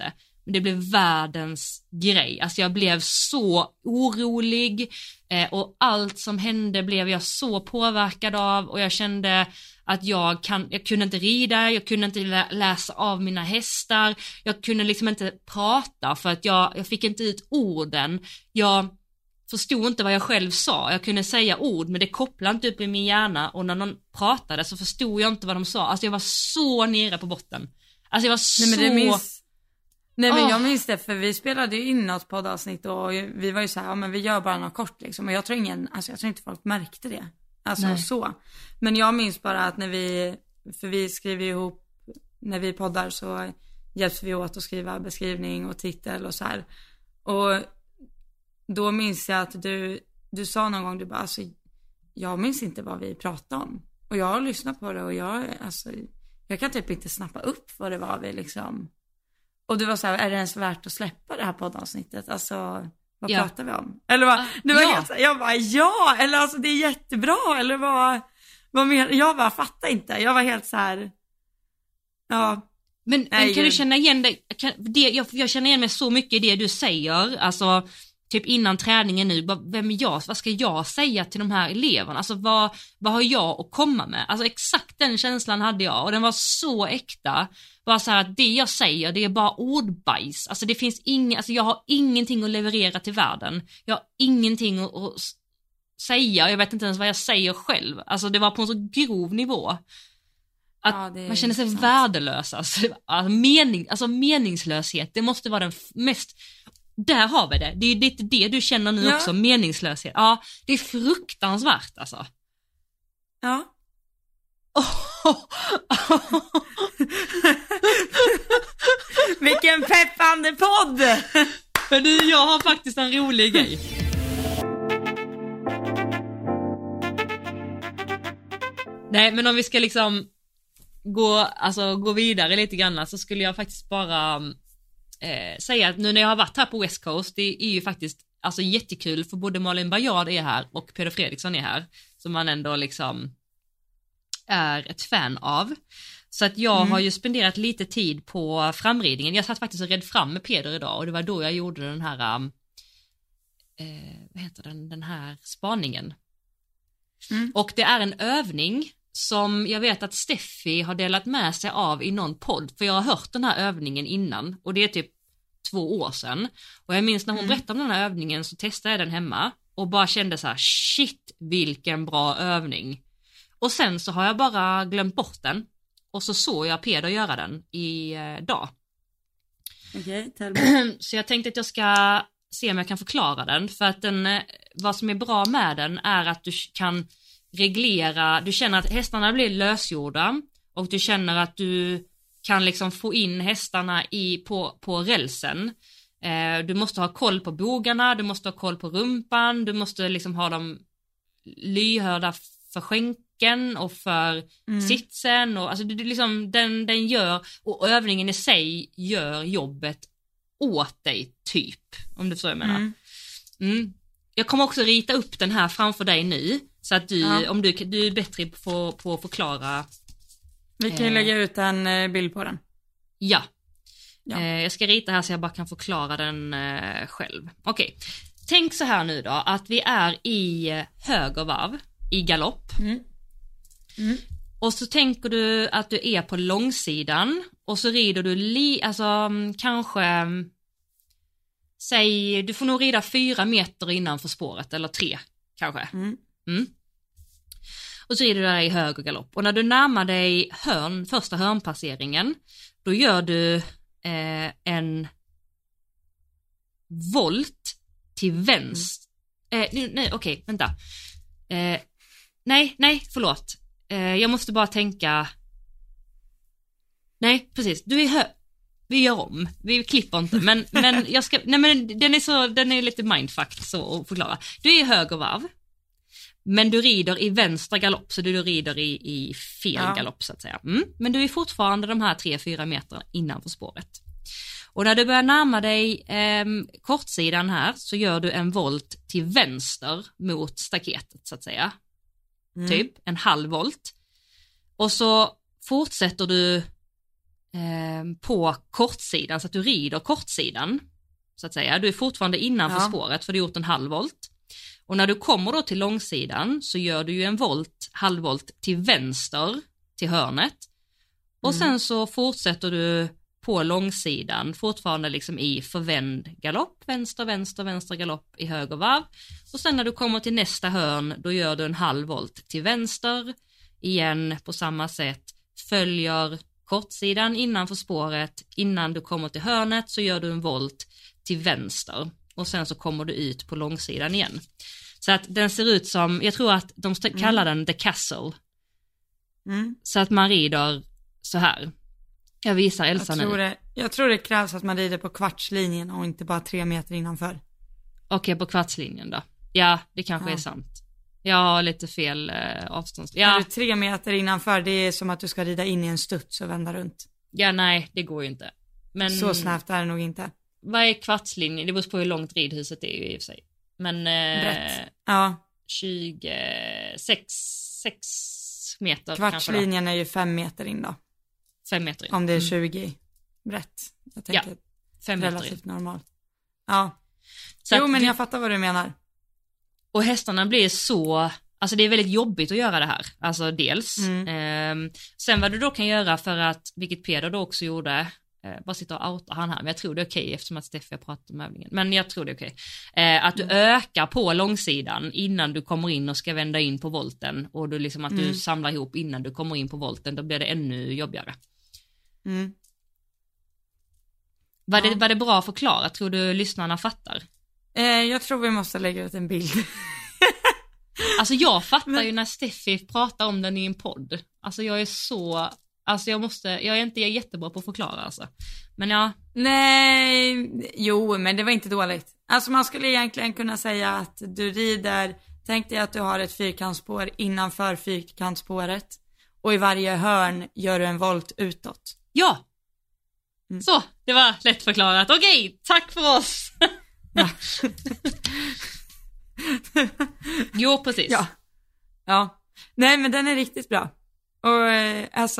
Men det blev världens grej. Alltså jag blev så orolig eh, och allt som hände blev jag så påverkad av, och jag kände att jag, kan, jag kunde inte rida, jag kunde inte lä- läsa av mina hästar, jag kunde liksom inte prata för att jag, jag fick inte ut orden. Jag förstod inte vad jag själv sa. Jag kunde säga ord, men det kopplade inte upp i min hjärna, och när någon pratade så förstod jag inte vad de sa. Alltså jag var så nere på botten. Alltså jag var så... Nej, men det minns... Nej men oh. jag minns det, för vi spelade ju in något poddavsnitt och vi var ju så här, ja men vi gör bara något kort liksom, och jag tror ingen, alltså jag tror inte folk märkte det. Alltså Nej. så. Men jag minns bara att när vi, för vi skriver ihop, när vi poddar så hjälps vi åt att skriva beskrivning och titel och så här. Och då minns jag att du, du sa någon gång, du bara, alltså jag minns inte vad vi pratade om. Och jag har lyssnat på det och jag, alltså, jag kan typ inte snappa upp vad det var vi liksom... Och du var så här, är det ens värt att släppa det här poddavsnittet? Alltså, vad ja. pratar vi om? Eller vad, du var ja. helt så här, jag bara, ja, eller alltså det är jättebra, eller vad, vad mer, jag bara fattar inte, jag var helt så här, ja. Men, men kan du känna igen det, kan, det jag, jag känner igen mig så mycket i det du säger, alltså typ innan träningen nu, vem är jag, vad ska jag säga till de här eleverna, alltså vad, vad har jag att komma med, alltså exakt den känslan hade jag, och den var så äkta, bara så här att det jag säger, det är bara ordbajs, alltså det finns inget, alltså jag har ingenting att leverera till världen, jag har ingenting att, att säga, jag vet inte ens vad jag säger själv, alltså det var på en så grov nivå att ja, man känner sig sant. värdelös, alltså, alltså, mening, alltså meningslöshet, det måste vara den f- mest... Där har vi det. Det är lite det du känner nu ja. också, meningslöshet. Ja, det är fruktansvärt alltså. Ja. Oh. Vilken peppande podd! För du, jag har faktiskt en rolig grej. Nej, men om vi ska liksom gå, alltså, gå vidare lite grann, så skulle jag faktiskt bara... Eh, säga att nu när jag har varit här på West Coast, det är ju faktiskt alltså jättekul, för både Malin Bajard är här och Peder Fredriksson är här, som man ändå liksom är ett fan av. Så att jag mm. har ju spenderat lite tid på framridningen. Jag satt faktiskt och red fram med Peder idag, och det var då jag gjorde den här eh, vad heter den, den här spaningen. Mm. Och det är en övning som jag vet att Steffi har delat med sig av i någon podd, för jag har hört den här övningen innan, och det är typ två år sedan, och jag minns när hon mm. berättade om den här övningen, så testade jag den hemma och bara kände så här: shit, vilken bra övning. Och sen så har jag bara glömt bort den, och så såg jag Peder göra den i eh, dag. Okej, okay, så jag tänkte att jag ska se om jag kan förklara den, för att den, vad som är bra med den är att du kan reglera, du känner att hästarna blir lösgjorda, och du känner att du kan liksom få in hästarna i, på, på rälsen. Eh, du måste ha koll på bogarna, du måste ha koll på rumpan, du måste liksom ha dem lyhörda för skänken och för mm. sitsen, och alltså det, det liksom, den, den gör, och övningen i sig gör jobbet åt dig typ, om du förstår vad jag menar. Mm. Mm. Jag kommer också rita upp den här framför dig nu, så att du, ja. om du, du är bättre på, på att förklara. Vi kan ju eh, lägga ut en bild på den. Ja, ja. Eh, jag ska rita här så jag bara kan förklara den eh, själv. Okej, okay. Tänk så här nu då, att vi är i höger varv, i galopp. Mm. Mm. Och så tänker du att du är på långsidan, och så rider du li, alltså kanske, säg, du får nog rida fyra meter innanför spåret, eller tre kanske. Mm. Mm. Och så är du där i höger galopp, och när du närmar dig hörn, första hörnpasseringen, då gör du eh, en volt till vänster. Mm. Eh, nej, okej, okay, vänta. Eh, nej, nej, förlåt. Eh, jag måste bara tänka. Nej, precis. Du är hö... Vi gör om. Vi klipper inte, men men jag ska, nej men den är så, den är lite mindfucked så att förklara. Du är i höger varv. Men du rider i vänstra galopp, så du rider i, i fel ja. galopp så att säga. Mm. Men du är fortfarande de här tre fyra meter innanför spåret. Och när du börjar närma dig eh, kortsidan här, så gör du en volt till vänster mot staketet så att säga. Mm. Typ en halv volt. Och så fortsätter du eh, på kortsidan, så att du rider kortsidan så att säga. Du är fortfarande innanför Ja. spåret för du har gjort en halvvolt. Och när du kommer då till långsidan så gör du ju en volt, halvvolt till vänster till hörnet. Och Mm. sen så fortsätter du på långsidan fortfarande liksom i förvänd galopp, vänster, vänster, vänster galopp i höger varv. Och sen när du kommer till nästa hörn då gör du en halvvolt till vänster igen på samma sätt. Följer kortsidan innanför spåret, innan du kommer till hörnet så gör du en volt till vänster. Och sen så kommer du ut på långsidan igen. Så att den ser ut som, jag tror att de st- kallar den The Castle. Mm. Så att man rider så här. Jag visar Elsa Jag tror, nu. det, jag tror det krävs att man rider på kvartslinjen och inte bara tre meter innanför. Okej, på kvartslinjen då. Ja, det kanske Ja. är sant. Jag har lite fel eh, avstånd. Är Ja, du tre meter innanför, det är som att du ska rida in i en studs och vända runt. ja, nej, det går ju inte. Men Så snabbt är det nog inte. vad är kvartslinjen? Det beror på hur långt ridhuset är ju i och för sig. Men eh, Brett. Ja, tjugosex sex meter kanske då. kvartslinjen är ju fem meter in då. Fem meter in. Om det är Mm. tjugo brett. Jag tänker Ja, fem meter in. relativt normalt. Ja, Så jo att men vi- jag fattar vad du menar. Och hästarna blir så, alltså det är väldigt jobbigt att göra det här, alltså dels. Mm. Ehm, sen vad du då kan göra för att, vilket Peder då också gjorde, eh, bara sitta och outa han här, men jag tror det är okej eftersom att Steffi har pratat om övningen, men jag tror det är okej. Eh, att du ökar på långsidan innan du kommer in och ska vända in på volten och du liksom att Mm. du samlar ihop innan du kommer in på volten, då blir det ännu jobbigare. Mm. Var, Ja. det, var det bra förklarat? Tror du lyssnarna fattar? Eh, jag tror vi måste lägga ut en bild. Alltså jag fattar Men- ju när Steffi pratar om den i en podd. Alltså jag är så, alltså jag måste, jag är inte jag är jättebra på att förklara alltså. Men ja, Nej, jo men det var inte dåligt. Alltså man skulle egentligen kunna säga att du rider, tänk dig att du har ett fyrkantsspår innanför fyrkantsspåret och i varje hörn gör du en volt utåt. ja. Mm. Så, det var lätt förklarat. Okej, tack för oss. Ja. Jo, precis. Ja. Ja. Nej men den är riktigt bra. Och eh, alltså,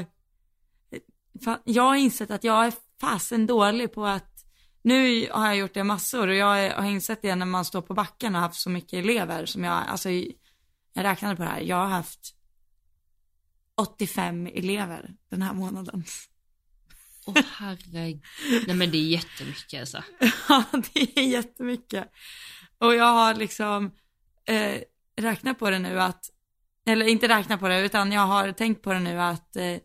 fan, jag har insett att jag är fasen dålig på att, nu har jag gjort det massor och jag har insett det när man står på backen och haft så mycket elever som jag, alltså jag räknade på det här, jag har haft åttiofem elever den här månaden. Åh herregud. Nej men det är jättemycket alltså. Ja, det är jättemycket. Och jag har liksom eh, räknat på det nu att, eller inte räknat på det utan jag har tänkt på det nu att eh,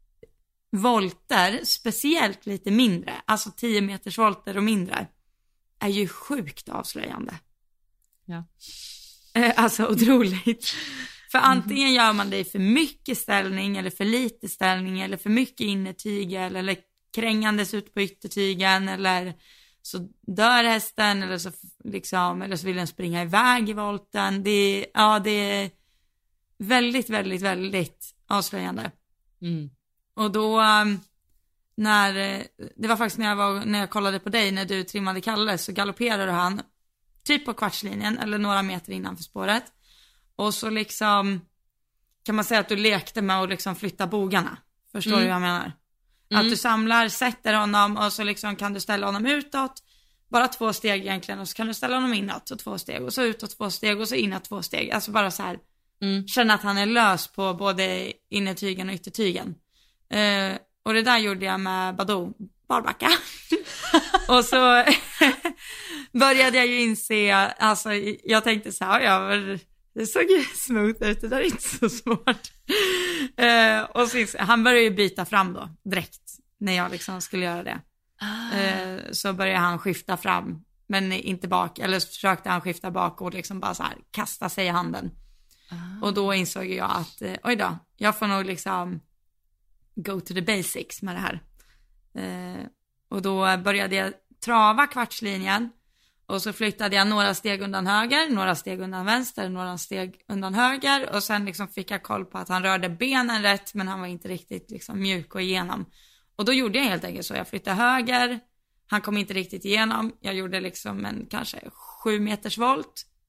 volter, speciellt lite mindre, alltså tio meters volter och mindre, är ju sjukt avslöjande. Ja. Eh, alltså otroligt. För antingen gör man det i för mycket ställning eller för lite ställning eller för mycket innertygel eller krängandes ut på yttertygen eller så dör hästen eller så liksom, eller så vill den springa iväg i volten. Det är, ja, det är väldigt, väldigt, väldigt avslöjande. Mm. Och då um, när, det var faktiskt när jag var, när jag kollade på dig när du trimmade Kalle så galopperade han typ på kvartslinjen eller några meter innanför spåret. Och så liksom kan man säga att du lekte med att liksom flytta bogarna. Förstår Mm. du vad jag menar? Mm. Att du samlar, sätter honom och så liksom kan du ställa honom utåt. Bara två steg egentligen och så kan du ställa honom inåt och två steg och så utåt två steg och så inåt två steg. Alltså bara så här Mm. känna att han är lös på både innertygen och yttertygen. Eh, och det där gjorde jag med Badoo, Barbacka. Och så började jag ju inse, alltså jag tänkte så här, ja men det såg ju smooth ut, det där är inte så svårt. Eh, och så, han började ju byta fram då, direkt, när jag liksom skulle göra det. Ah. Eh, så började han skifta fram, men inte bak, eller så försökte han skifta bak och liksom bara så här kasta sig i handen. Ah. Och då insåg jag att, eh, oj då, jag får nog liksom go to the basics med det här. Eh, och då började jag trava kvartslinjen och så flyttade jag några steg undan höger, några steg undan vänster, några steg undan höger och sen liksom fick jag koll på att han rörde benen rätt men han var inte riktigt liksom mjuk och igenom. Och då gjorde jag helt enkelt så, jag flyttade höger, han kom inte riktigt igenom, jag gjorde liksom en kanske sju meters volt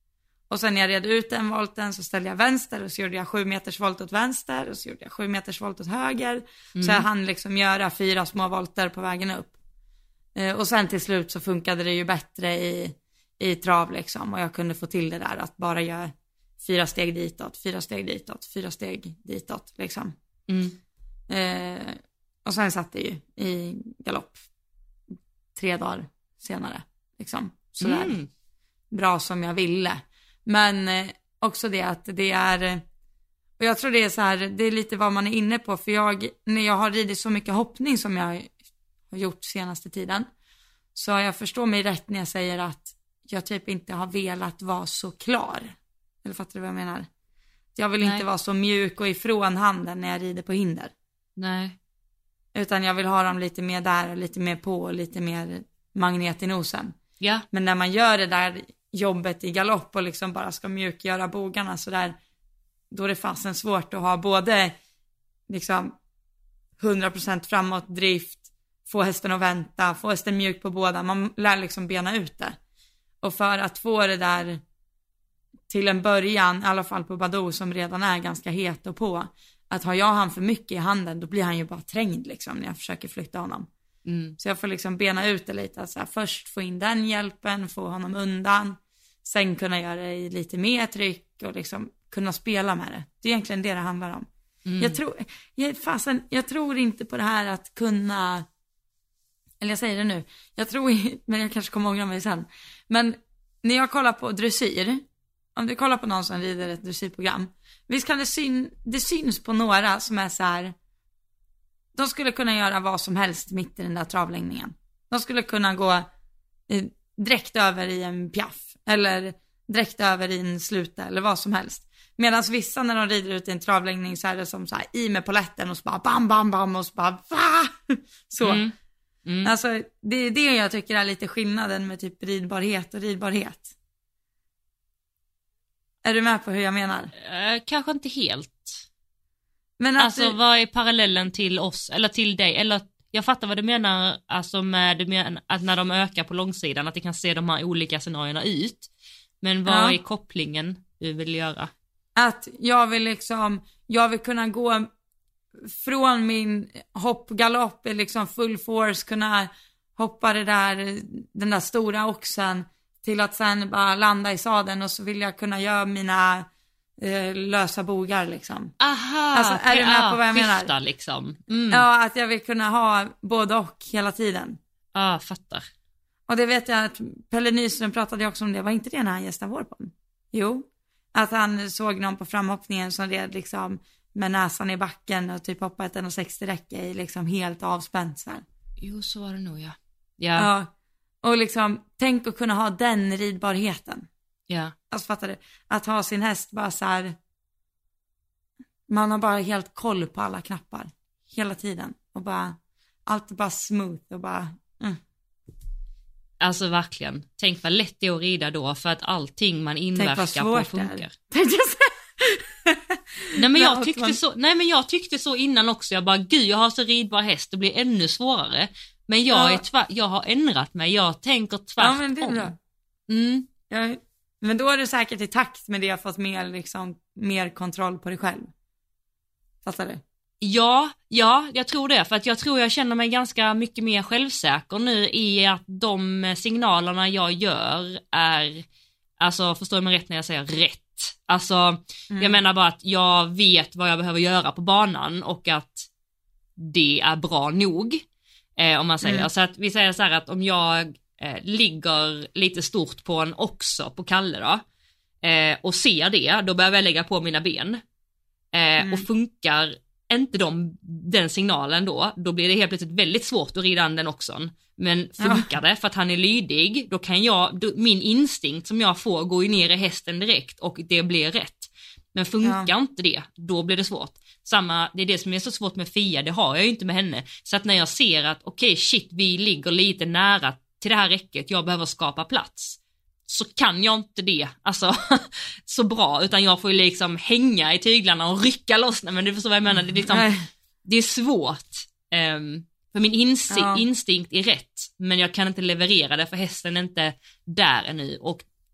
Och sen när jag red ut den volten så ställde jag vänster och så gjorde jag sju meters volt åt vänster och så gjorde jag sju meters volt åt höger. Mm. Så jag hann liksom göra fyra små volter på vägen upp. Eh, och sen till slut så funkade det ju bättre i, i trav liksom. Och jag kunde få till det där att bara göra fyra steg ditåt, fyra steg ditåt, fyra steg ditåt liksom. Mm. Eh, och sen satt det ju i galopp tre dagar senare liksom. Sådär Mm. bra som jag ville. Men eh, också det att det är, och jag tror det är så här, det är lite vad man är inne på, för jag, när jag har ridit så mycket hoppning som jag har gjort senaste tiden, så jag förstår mig rätt när jag säger att jag typ inte har velat vara så klar. Eller fattar du vad jag menar? Jag vill Nej. inte vara så mjuk och ifrån handen när jag rider på hinder. Nej. Utan jag vill ha dem lite mer där och lite mer på och lite mer magnet i nosen. Ja. Men när man gör det där jobbet i galopp och liksom bara ska mjukgöra bogarna så där, då är det fasen svårt att ha både liksom hundra procent framåt drift, få hästen att vänta, få hästen mjuk på båda. Man lär liksom bena ut det. Och för att få det där till en början, i alla fall på Badoo som redan är ganska het och på, att har jag han för mycket i handen, då blir han ju bara trängd liksom när jag försöker flytta honom. Mm. Så jag får liksom bena ut det lite. Alltså, först få in den hjälpen, få honom undan. Sen kunna göra det i lite mer tryck och liksom kunna spela med det. Det är egentligen det det handlar om. Mm. Jag, tror, jag, fasen, jag tror inte på det här att kunna, eller jag säger det nu, jag tror, men jag kanske kommer ångra mig sen. Men när jag kollar på dressyr, om du kollar på någon som rider ett dressyrprogram, visst kan det, syn, det syns på några som är så här, de skulle kunna göra vad som helst mitt i den där travlängningen. De skulle kunna gå eh, direkt över i en piaff. Eller direkt över i en sluta. Eller vad som helst. Medan vissa när de rider ut i en travlängning så är det som så här i med poletten och så bara bam bam bam och så bara va! Så. Mm. Mm. Alltså det är det jag tycker är lite skillnaden med typ ridbarhet och ridbarhet. Är du med på hur jag menar? Eh, kanske inte helt. Men att alltså du... vad är parallellen till oss eller till dig? Eller jag fattar vad du menar, alltså med, du menar att när de ökar på långsidan att det kan se de här olika scenarierna ut. Men vad Ja. är kopplingen du vill göra? Att jag vill liksom, jag vill kunna gå från min hoppgalopp i liksom full force, kunna hoppa det där, den där stora oxen till att sen bara landa i sadeln och så vill jag kunna göra mina eh, lösa bogar liksom. Aha, Alltså, är du med på vad jag menar? skifta liksom. Mm. Ja, att jag vill kunna ha både och hela tiden. Ja, fattar. Och det vet jag att Pelle Nyström pratade också om det. Var inte det när han gästade vår podd? Jo. Att han såg någon på framhoppningen som red liksom med näsan i backen och typ hoppade ett en komma sextio räcke i liksom helt avspänt så här. Jo, så var det nog, ja. Ja. Ja. Och liksom, tänk att kunna ha den ridbarheten. Ja. Alltså fattar du? Att ha sin häst bara så här. Man har bara helt koll på alla knappar. Hela tiden. Och bara, allt är bara smooth och bara, mm. Alltså verkligen. Tänk vad lätt det är att rida då för att allting man inverkar på funkar. Nej men jag tyckte så, nej men jag tyckte så innan också. Jag bara, gud jag har så ridbar häst, det blir ännu svårare. Men jag ja. är tva- jag har ändrat mig. Jag tänker tvärtom. Ja men det är bra. Mm. Ja, men då är du säkert i takt med det jag fått mer liksom mer kontroll på dig själv. Fattar du? Ja, ja, jag tror det. För att jag tror jag känner mig ganska mycket mer självsäker nu i att de signalerna jag gör är, alltså förstår du mig rätt när jag säger rätt. Alltså, mm. jag menar bara att jag vet vad jag behöver göra på banan och att det är bra nog. Eh, om man säger. Mm. Så att vi säger så här att om jag eh, ligger lite stort på en också på Kalle då eh, och ser det, då behöver jag lägga på mina ben. Eh, mm. Och funkar inte de, den signalen då, då blir det helt plötsligt väldigt svårt att rida an den också. Men funkar ja. det för att han är lydig, då kan jag, då, min instinkt som jag får går ju ner i hästen direkt och det blir rätt. Men funkar ja. inte det, då blir det svårt. Samma, det är det som är så svårt med Fia, det har jag ju inte med henne. Så att när jag ser att okej okay, shit, vi ligger lite nära till det här räcket, jag behöver skapa plats, så kan jag inte det alltså så bra, utan jag får ju liksom hänga i tyglarna och rycka loss. Nej, men du förstår vad jag menar, det är, liksom, det är svårt um, för min insi- ja. instinkt är rätt, men jag kan inte leverera det för hästen är inte där ännu, och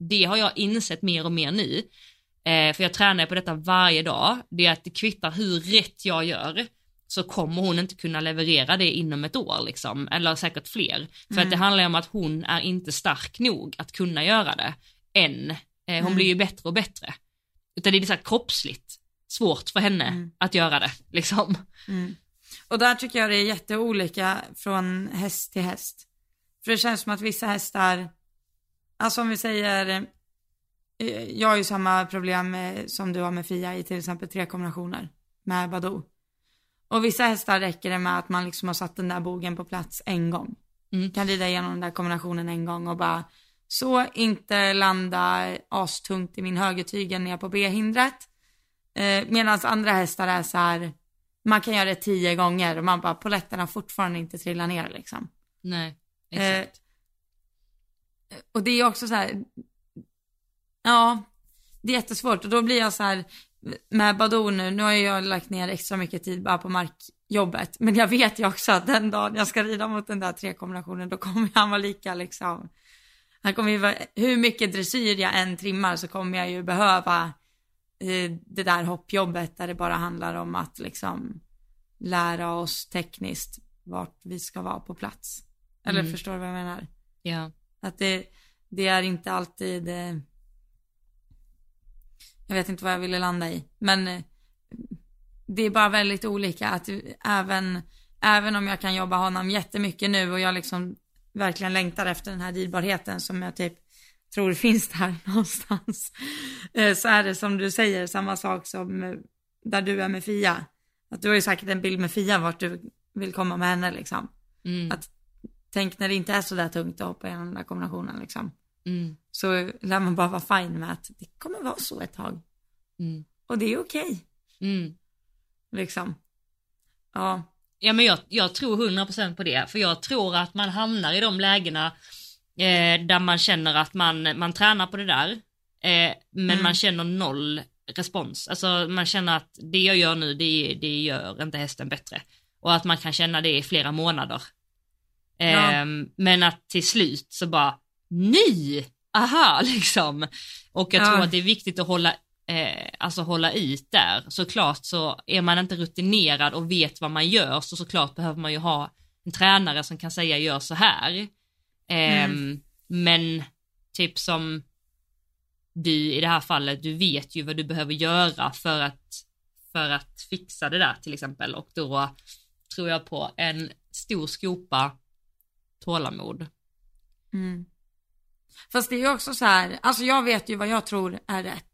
det har jag insett mer och mer nu. Eh, för jag tränar på detta varje dag. Det är att det kvittar hur rätt jag gör, så kommer hon inte kunna leverera det inom ett år liksom, eller säkert fler. För mm. att det handlar om att hon är inte stark nog att kunna göra det än. Eh, hon mm. blir ju bättre och bättre. Utan det är så här kroppsligt svårt för henne mm. att göra det liksom. Mm. Och där tycker jag det är jätteolika från häst till häst. För det känns som att vissa hästar, alltså om vi säger, jag har ju samma problem med, som du har med Fia i till exempel tre kombinationer med Badoo. Och vissa hästar räcker det med att man liksom har satt den där bogen på plats en gång. Mm. Kan rida igenom den där kombinationen en gång och bara så inte landa astungt i min högertygen ner på B-hindret. Eh, Medan andra hästar är så här, man kan göra det tio gånger och man bara, poletterna fortfarande inte trillar ner liksom. Nej, exakt. Eh, och det är också så här, ja, det är jättesvårt. Och då blir jag så här, med Badoo nu, nu har jag lagt ner extra mycket tid bara på markjobbet. Men jag vet ju också att den dagen jag ska rida mot den där tre kombinationen, då kommer han vara lika liksom, han kommer ju vara, hur mycket dressyr jag än trimmar så kommer jag ju behöva eh, det där hoppjobbet där det bara handlar om att liksom lära oss tekniskt vart vi ska vara på plats. Eller mm. förstår du vad jag menar? Ja. Att det, det är inte alltid eh, jag vet inte vad jag ville landa i. Men eh, det är bara väldigt olika. Att även, även om jag kan jobba honom jättemycket nu och jag liksom verkligen längtar efter den här dyrbarheten som jag typ tror finns där någonstans. Eh, så är det som du säger, samma sak som eh, där du är med Fia. Att du har ju säkert en bild med Fia vart du vill komma med henne liksom. Mm. Att tänk när det inte är så där tungt att hoppa igenom den där kombinationen liksom. Mm. Så lär man bara vara fine med att det kommer vara så ett tag. Mm. Och det är okej. Mm. Liksom. Ja. Ja, men jag, jag tror hundra procent på det. För jag tror att man hamnar i de lägena eh, där man känner att man, man tränar på det där. Eh, men mm. man känner noll respons. Alltså man känner att det jag gör nu, det, det gör inte hästen bättre. Och att man kan känna det i flera månader. Eh, ja. Men att till slut så bara ny, aha liksom. Och jag ja. tror att det är viktigt att hålla eh, alltså hålla ut där. Såklart så är man inte rutinerad och vet vad man gör, så såklart behöver man ju ha en tränare som kan säga gör så här. Eh, mm. Men typ som du i det här fallet, du vet ju vad du behöver göra för att för att fixa det där till exempel. Och då tror jag på en stor skopa tålamod. Mm. Fast det är ju också så här, alltså jag vet ju vad jag tror är rätt.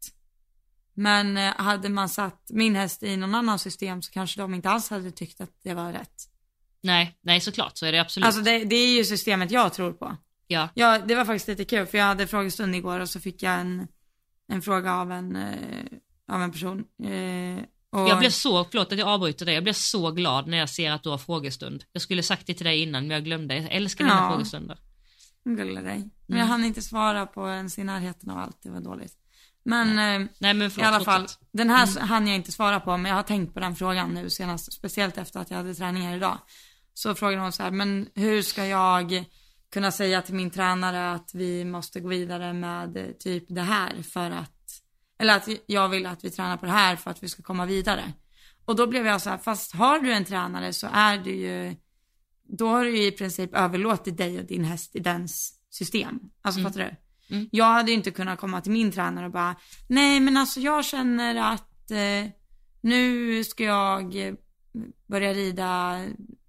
Men hade man satt min häst i någon annan system så kanske de inte alls hade tyckt att det var rätt. Nej, nej såklart, så är det absolut. Alltså det, det är ju systemet jag tror på. Ja. Ja, det var faktiskt lite kul för jag hade frågestund igår och så fick jag en, en fråga av en, eh, av en person. Eh, och... Jag blev så, förlåt att jag avbryter dig, jag blev så glad när jag ser att du har frågestund. Jag skulle sagt det till dig innan men jag glömde, jag älskar dina ja. frågestunder. Gullar dig. Men mm. jag hann inte svara på ens i närheten av allt, det var dåligt. Men, Nej. Eh, Nej, men förlåt, i alla fall, fortsätt. den här mm. hann jag inte svara på, men jag har tänkt på den frågan nu senast, speciellt efter att jag hade träningar idag. Så frågade hon så här, men hur ska jag kunna säga till min tränare att vi måste gå vidare med typ det här för att, eller att jag vill att vi tränar på det här för att vi ska komma vidare. Och då blev jag så här, fast har du en tränare så är du ju, då har du ju i princip överlåtit dig och din häst i dens system. Alltså mm. fattar du? Mm. Jag hade ju inte kunnat komma till min tränare och bara, nej men alltså jag känner att eh, nu ska jag börja rida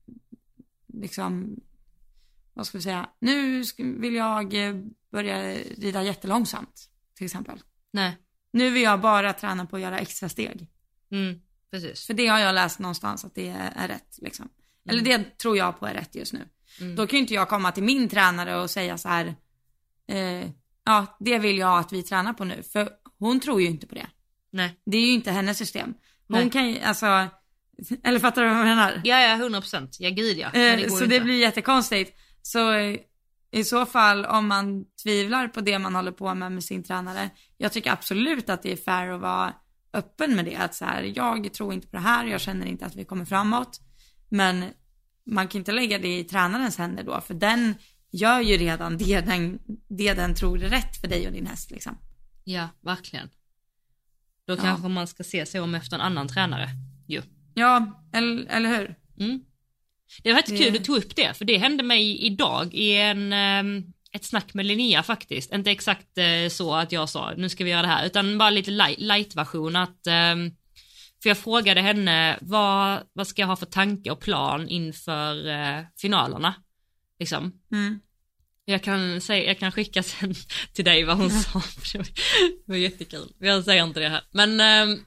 liksom, vad ska vi säga, nu ska, vill jag börja rida jättelångsamt till exempel. Nej. Nu vill jag bara träna på att göra extra steg. Mm, precis. För det har jag läst någonstans att det är, är rätt liksom. Eller mm. det tror jag på är rätt just nu. Mm. Då kan ju inte jag komma till min tränare och säga så här, eh, ja det vill jag att vi tränar på nu. För hon tror ju inte på det. Nej. Det är ju inte hennes system. Hon Nej. kan ju, alltså, eller fattar du vad jag menar? Ja, ja, hundra procent. Ja, gud ja. Eh, det så inte. Det blir jättekonstigt. Så eh, i så fall om man tvivlar på det man håller på med med sin tränare. Jag tycker absolut att det är fair att vara öppen med det. Att så här, jag tror inte på det här. Jag känner inte att vi kommer framåt. Men man kan inte lägga det i tränarens händer då. För den gör ju redan det den, det den tror är rätt för dig och din häst liksom. Ja, verkligen. Då Ja. kanske man ska se sig om efter en annan tränare. Jo. Ja, eller, eller hur? Mm. Det var faktiskt Det- kul att du tog upp det, för det hände mig idag i en, ehm, ett snack med Linnea faktiskt. Inte exakt eh, så att jag sa, nu ska vi göra det här, utan bara lite light, light-version. Att, ehm, för jag frågade henne, vad, vad ska jag ha för tanke och plan inför eh, finalerna? Liksom. Mm. Jag kan, säga, jag kan skicka sen till dig vad hon sa. Det var jättekul. Jag säger inte det här. Men ehm,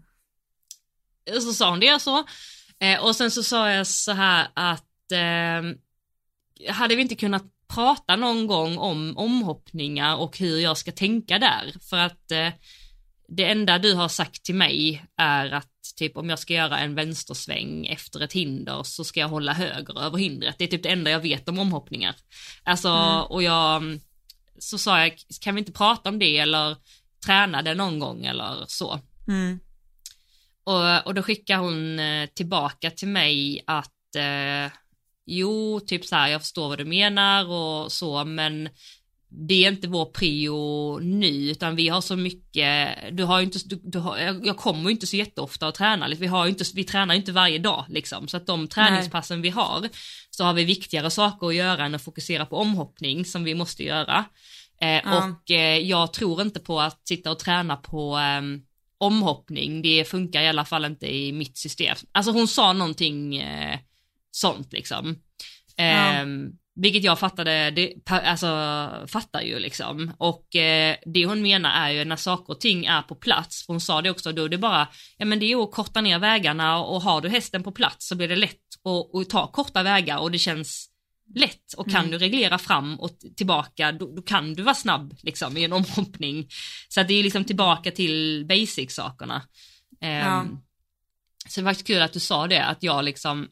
så sa hon det så. Eh, och sen så sa jag så här att eh, hade vi inte kunnat prata någon gång om omhoppningar och hur jag ska tänka där? För att eh, det enda du har sagt till mig är att typ om jag ska göra en vänstersväng efter ett hinder så ska jag hålla höger över hindret. Det är typ det enda jag vet om omhoppningar. Alltså, Mm. och jag så sa jag, kan vi inte prata om det eller träna det någon gång eller så? Mm. Och, och då skickar hon eh, tillbaka till mig att eh, jo, typ så här, jag förstår vad du menar och så, men det är inte vår prio nu, utan vi har så mycket, du har ju inte, du, du har, jag, jag kommer ju inte så jätteofta att träna, vi, har ju inte, vi tränar ju inte varje dag liksom, så att de träningspassen vi har, så har vi viktigare saker att göra än att fokusera på omhoppning som vi måste göra. Eh, Ja. Och eh, jag tror inte på att sitta och träna på eh, omhoppning, det funkar i alla fall inte i mitt system. Alltså hon sa någonting eh, sånt liksom. Eh, Ja. Vilket jag fattade, det, alltså fattar ju liksom. Och eh, det hon menar är ju när saker och ting är på plats, för hon sa det också, då är det bara, ja men det är att korta ner vägarna, och har du hästen på plats så blir det lätt att, att ta korta vägar och det känns lätt, och kan Mm. du reglera fram och t- tillbaka, då, då kan du vara snabb liksom i en omhoppning. Så att det är liksom tillbaka till basic-sakerna. Um, Ja. Så det var faktiskt kul att du sa det, att jag liksom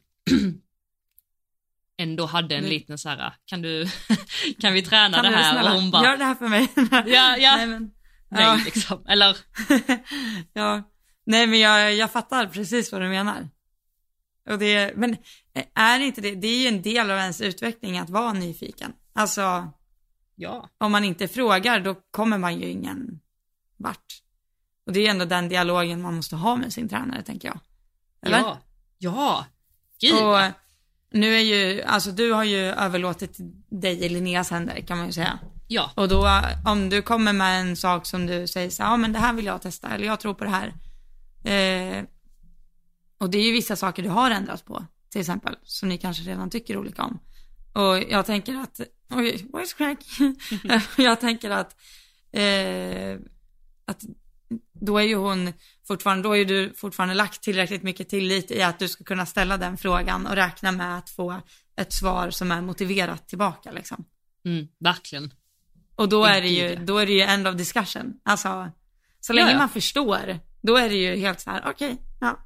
ändå hade en Mm. liten så här, kan du, kan vi träna Kan det du här? snälla Och hon bara, gör det här för mig? ja, ja, Nej, nej, men, ja. liksom, eller, Ja, nej men jag, jag fattar precis vad du menar. Och det, men är inte det, det är ju en del av ens utveckling att vara nyfiken. Alltså, ja, om man inte frågar då kommer man ju ingen vart. Och det är ändå den dialogen man måste ha med sin tränare, tänker jag. Eller? ja, ja, gud, Och nu är ju, alltså du har ju överlåtit dig i Linneas händer, kan man ju säga. ja, Och då om du kommer med en sak som du säger så här, ja men det här vill jag testa, eller jag tror på det här. Eh, och det är ju vissa saker du har ändrat på, till exempel, som ni kanske redan tycker olika om. Och jag tänker att, oj, voice crack. Jag tänker att, eh, att då är ju hon fortfarande, då är ju du fortfarande lagt tillräckligt mycket tillit i att du ska kunna ställa den frågan och räkna med att få ett svar som är motiverat tillbaka liksom. mm, verkligen. Och då är det Gud, ju, ja. då är det ju end of discussion. Alltså, så länge Ja, ja. man förstår, då är det ju helt så här, okej, ja.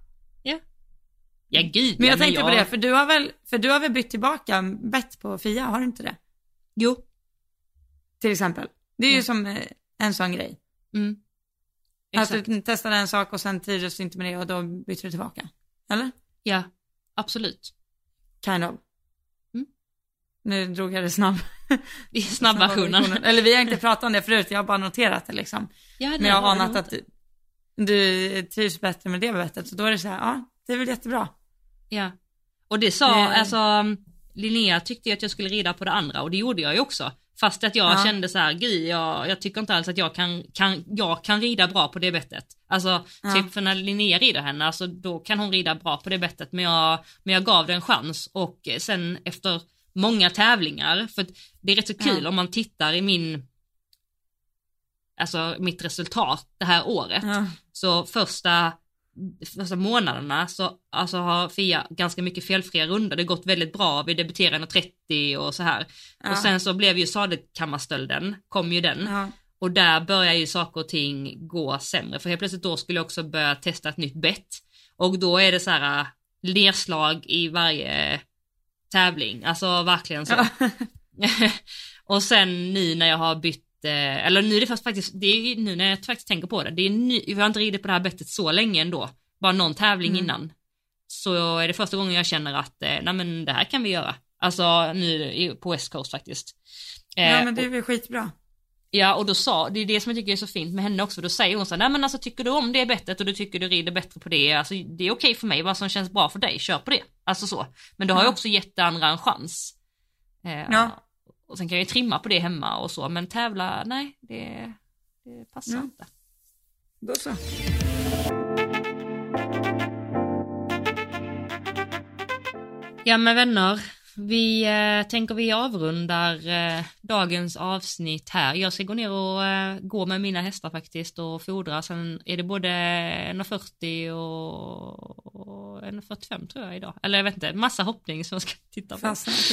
Ja, gud, Men ja, jag tänkte jag, på det, för du har väl, för du har väl bytt tillbaka bett på Fia, har du inte det? jo, Till exempel. Det är ju Ja. som eh, en sån grej. mm, Att exakt, du testade en sak och sen trivdes du inte med det och då byter du tillbaka. Eller? ja, absolut. Kind of. Mm. Nu drog jag det snabb. Det är snabbversionen. Eller vi har inte pratat om det förut, jag har bara noterat det liksom. Ja, Men jag har anat att du, du trivs bättre med det bettet, så då är det så här, ja, det är väl jättebra. Ja, och det sa, Eh. alltså Linnea tyckte att jag skulle rida på det andra, och det gjorde jag ju också. Fast att jag Ja. kände så här, gud, jag, jag tycker inte alls att jag kan, kan, jag kan rida bra på det bettet. Alltså, Ja. typ för när Linnea rider henne, alltså, då kan hon rida bra på det bettet, men jag, men jag gav det en chans. Och sen efter många tävlingar, för att det är rätt så kul Ja. om man tittar i min, alltså mitt resultat det här året. Ja. Så första, första månaderna så alltså, har Fia ganska mycket felfria runder. Det har gått väldigt bra. Vi debuterade en trettio och så här. Ja. Och sen så blev ju sadelkammarstölden, kom ju den. Ja. Och där börjar ju saker och ting gå sämre. För helt plötsligt då skulle jag också börja testa ett nytt bett. Och då är det så här nedslag i varje tävling. Alltså verkligen så. Ja. Och sen nu när jag har bytt, eh, eller nu är det fast faktiskt, det är nu när jag faktiskt tänker på det, det är ny, jag har inte ridit på det här bettet så länge ändå, bara någon tävling Mm. innan. Så är det första gången jag känner att, eh, nej men det här kan vi göra. Alltså nu på West Coast faktiskt. Eh, ja men det är väl skitbra. Ja, och då sa, det är det som jag tycker är så fint med henne också, då säger hon så här, nej men alltså tycker du om det bettet och du tycker du rider bättre på det, alltså det är okej för mig, vad som känns bra för dig, kör på det. Alltså så. Men då har jag också gett andra en chans. Eh, ja. Och sen kan jag ju trimma på det hemma och så, men tävla, nej, det, det passar ja. inte. Då så. Ja men vänner, vi eh, tänker vi avrundar eh, dagens avsnitt här. Jag ska gå ner och eh, gå med mina hästar faktiskt och fodra. Sen är det både en fyrtio och en fyrtiofem tror jag idag. Eller jag vet inte, massa hoppning som jag ska titta på.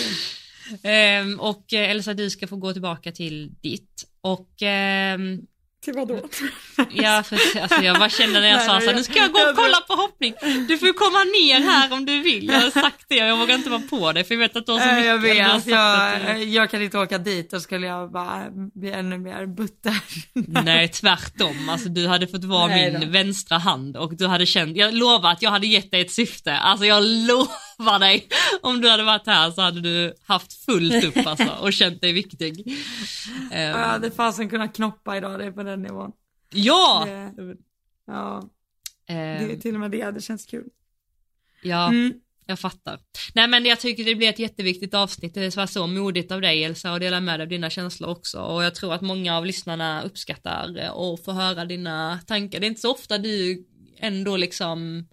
Ehm, och eh, Elsa, du ska få gå tillbaka till ditt. Och... Ehm, till vad då? Ja, för, alltså jag bara kände när jag sa så här, nu ska jag gå och kolla på hoppning. Du får komma ner här om du vill. Jag har sagt det och jag vågar inte vara på det för jag vet att du har så mycket. Jag vet, jag, du... jag kan inte åka dit och skulle jag bara bli ännu mer butter. Nej, tvärtom. Alltså du hade fått vara Nej, min då. vänstra hand och du hade känt, jag lovar att jag hade gett dig ett syfte. Alltså jag lovar dig, om du hade varit här så hade du haft fullt upp alltså, och känt dig viktig. Um... Ja, det fanns en kunna knoppa idag, det är på den nivån. Ja! Det, ja, det är till och med det, det känns kul. Ja, mm. jag fattar. Nej men jag tycker det blir ett jätteviktigt avsnitt. Det var så modigt av dig Elsa och dela med dig av dina känslor också. Och jag tror att många av lyssnarna uppskattar och får höra dina tankar. Det är inte så ofta du ändå liksom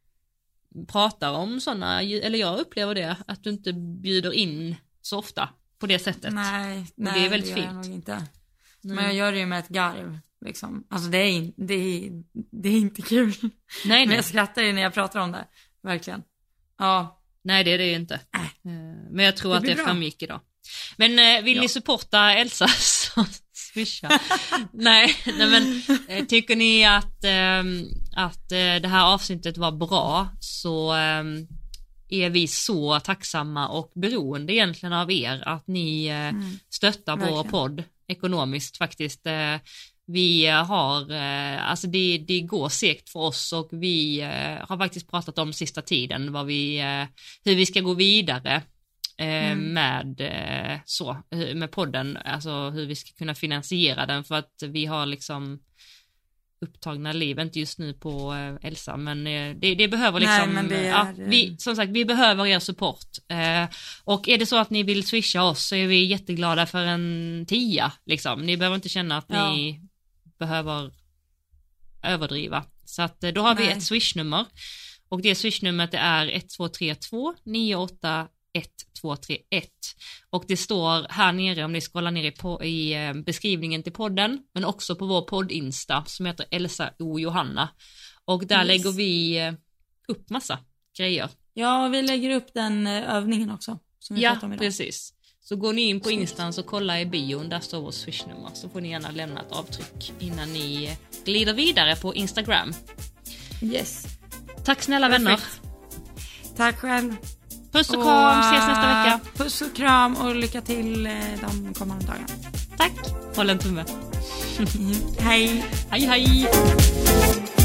pratar om sådana, eller jag upplever det, att du inte bjuder in så ofta på det sättet. Nej, nej det är väldigt det gör fint. Jag nog inte. Men jag gör det ju med ett garv. Liksom. Alltså det är, in, det, är, det är inte kul. Nej, nej. Men jag skrattar ju när jag pratar om det. Verkligen. Ja. Nej, det är det ju inte. Äh. Men jag tror det att det bra. framgick idag. Men eh, vill ja. ni supporta Elsa så swisha. nej, nej, men eh, tycker ni att, eh, att eh, det här avsnittet var bra så eh, är vi så tacksamma och beroende egentligen av er att ni eh, mm. stöttar Verkligen. vår podd ekonomiskt faktiskt. Eh, vi har, eh, alltså det, det går segt för oss och vi eh, har faktiskt pratat om sista tiden vad vi, eh, hur vi ska gå vidare eh, mm. med eh, så, med podden, alltså hur vi ska kunna finansiera den för att vi har liksom upptagna liv, inte just nu på eh, Elsa, men eh, det, det behöver liksom, Nej, men det är, ja, vi, som sagt, vi behöver er support eh, och är det så att ni vill swisha oss så är vi jätteglada för en tia, liksom. Ni behöver inte känna att ja. ni behöver överdriva, så att eh, då har Nej. vi ett swishnummer och det swishnumret det är ett två tre två nio åtta ett två tre ett och det står här nere om ni scrollar ner i, på, i beskrivningen till podden men också på vår podd-insta som heter Elsa O Johanna och där yes. lägger vi upp massa grejer. Ja, vi lägger upp den övningen också som vi ja, pratar om idag. Precis. Så går ni in på Instan och kolla i bion, där står vår swishnummer så får ni gärna lämna ett avtryck innan ni glider vidare på Instagram. Yes. Tack snälla Perfekt. vänner. Tack själv. Puss och kram, ses nästa vecka. Puss och kram och lycka till de kommande dagarna. Tack, håll en tumme. Hej. Hej hej.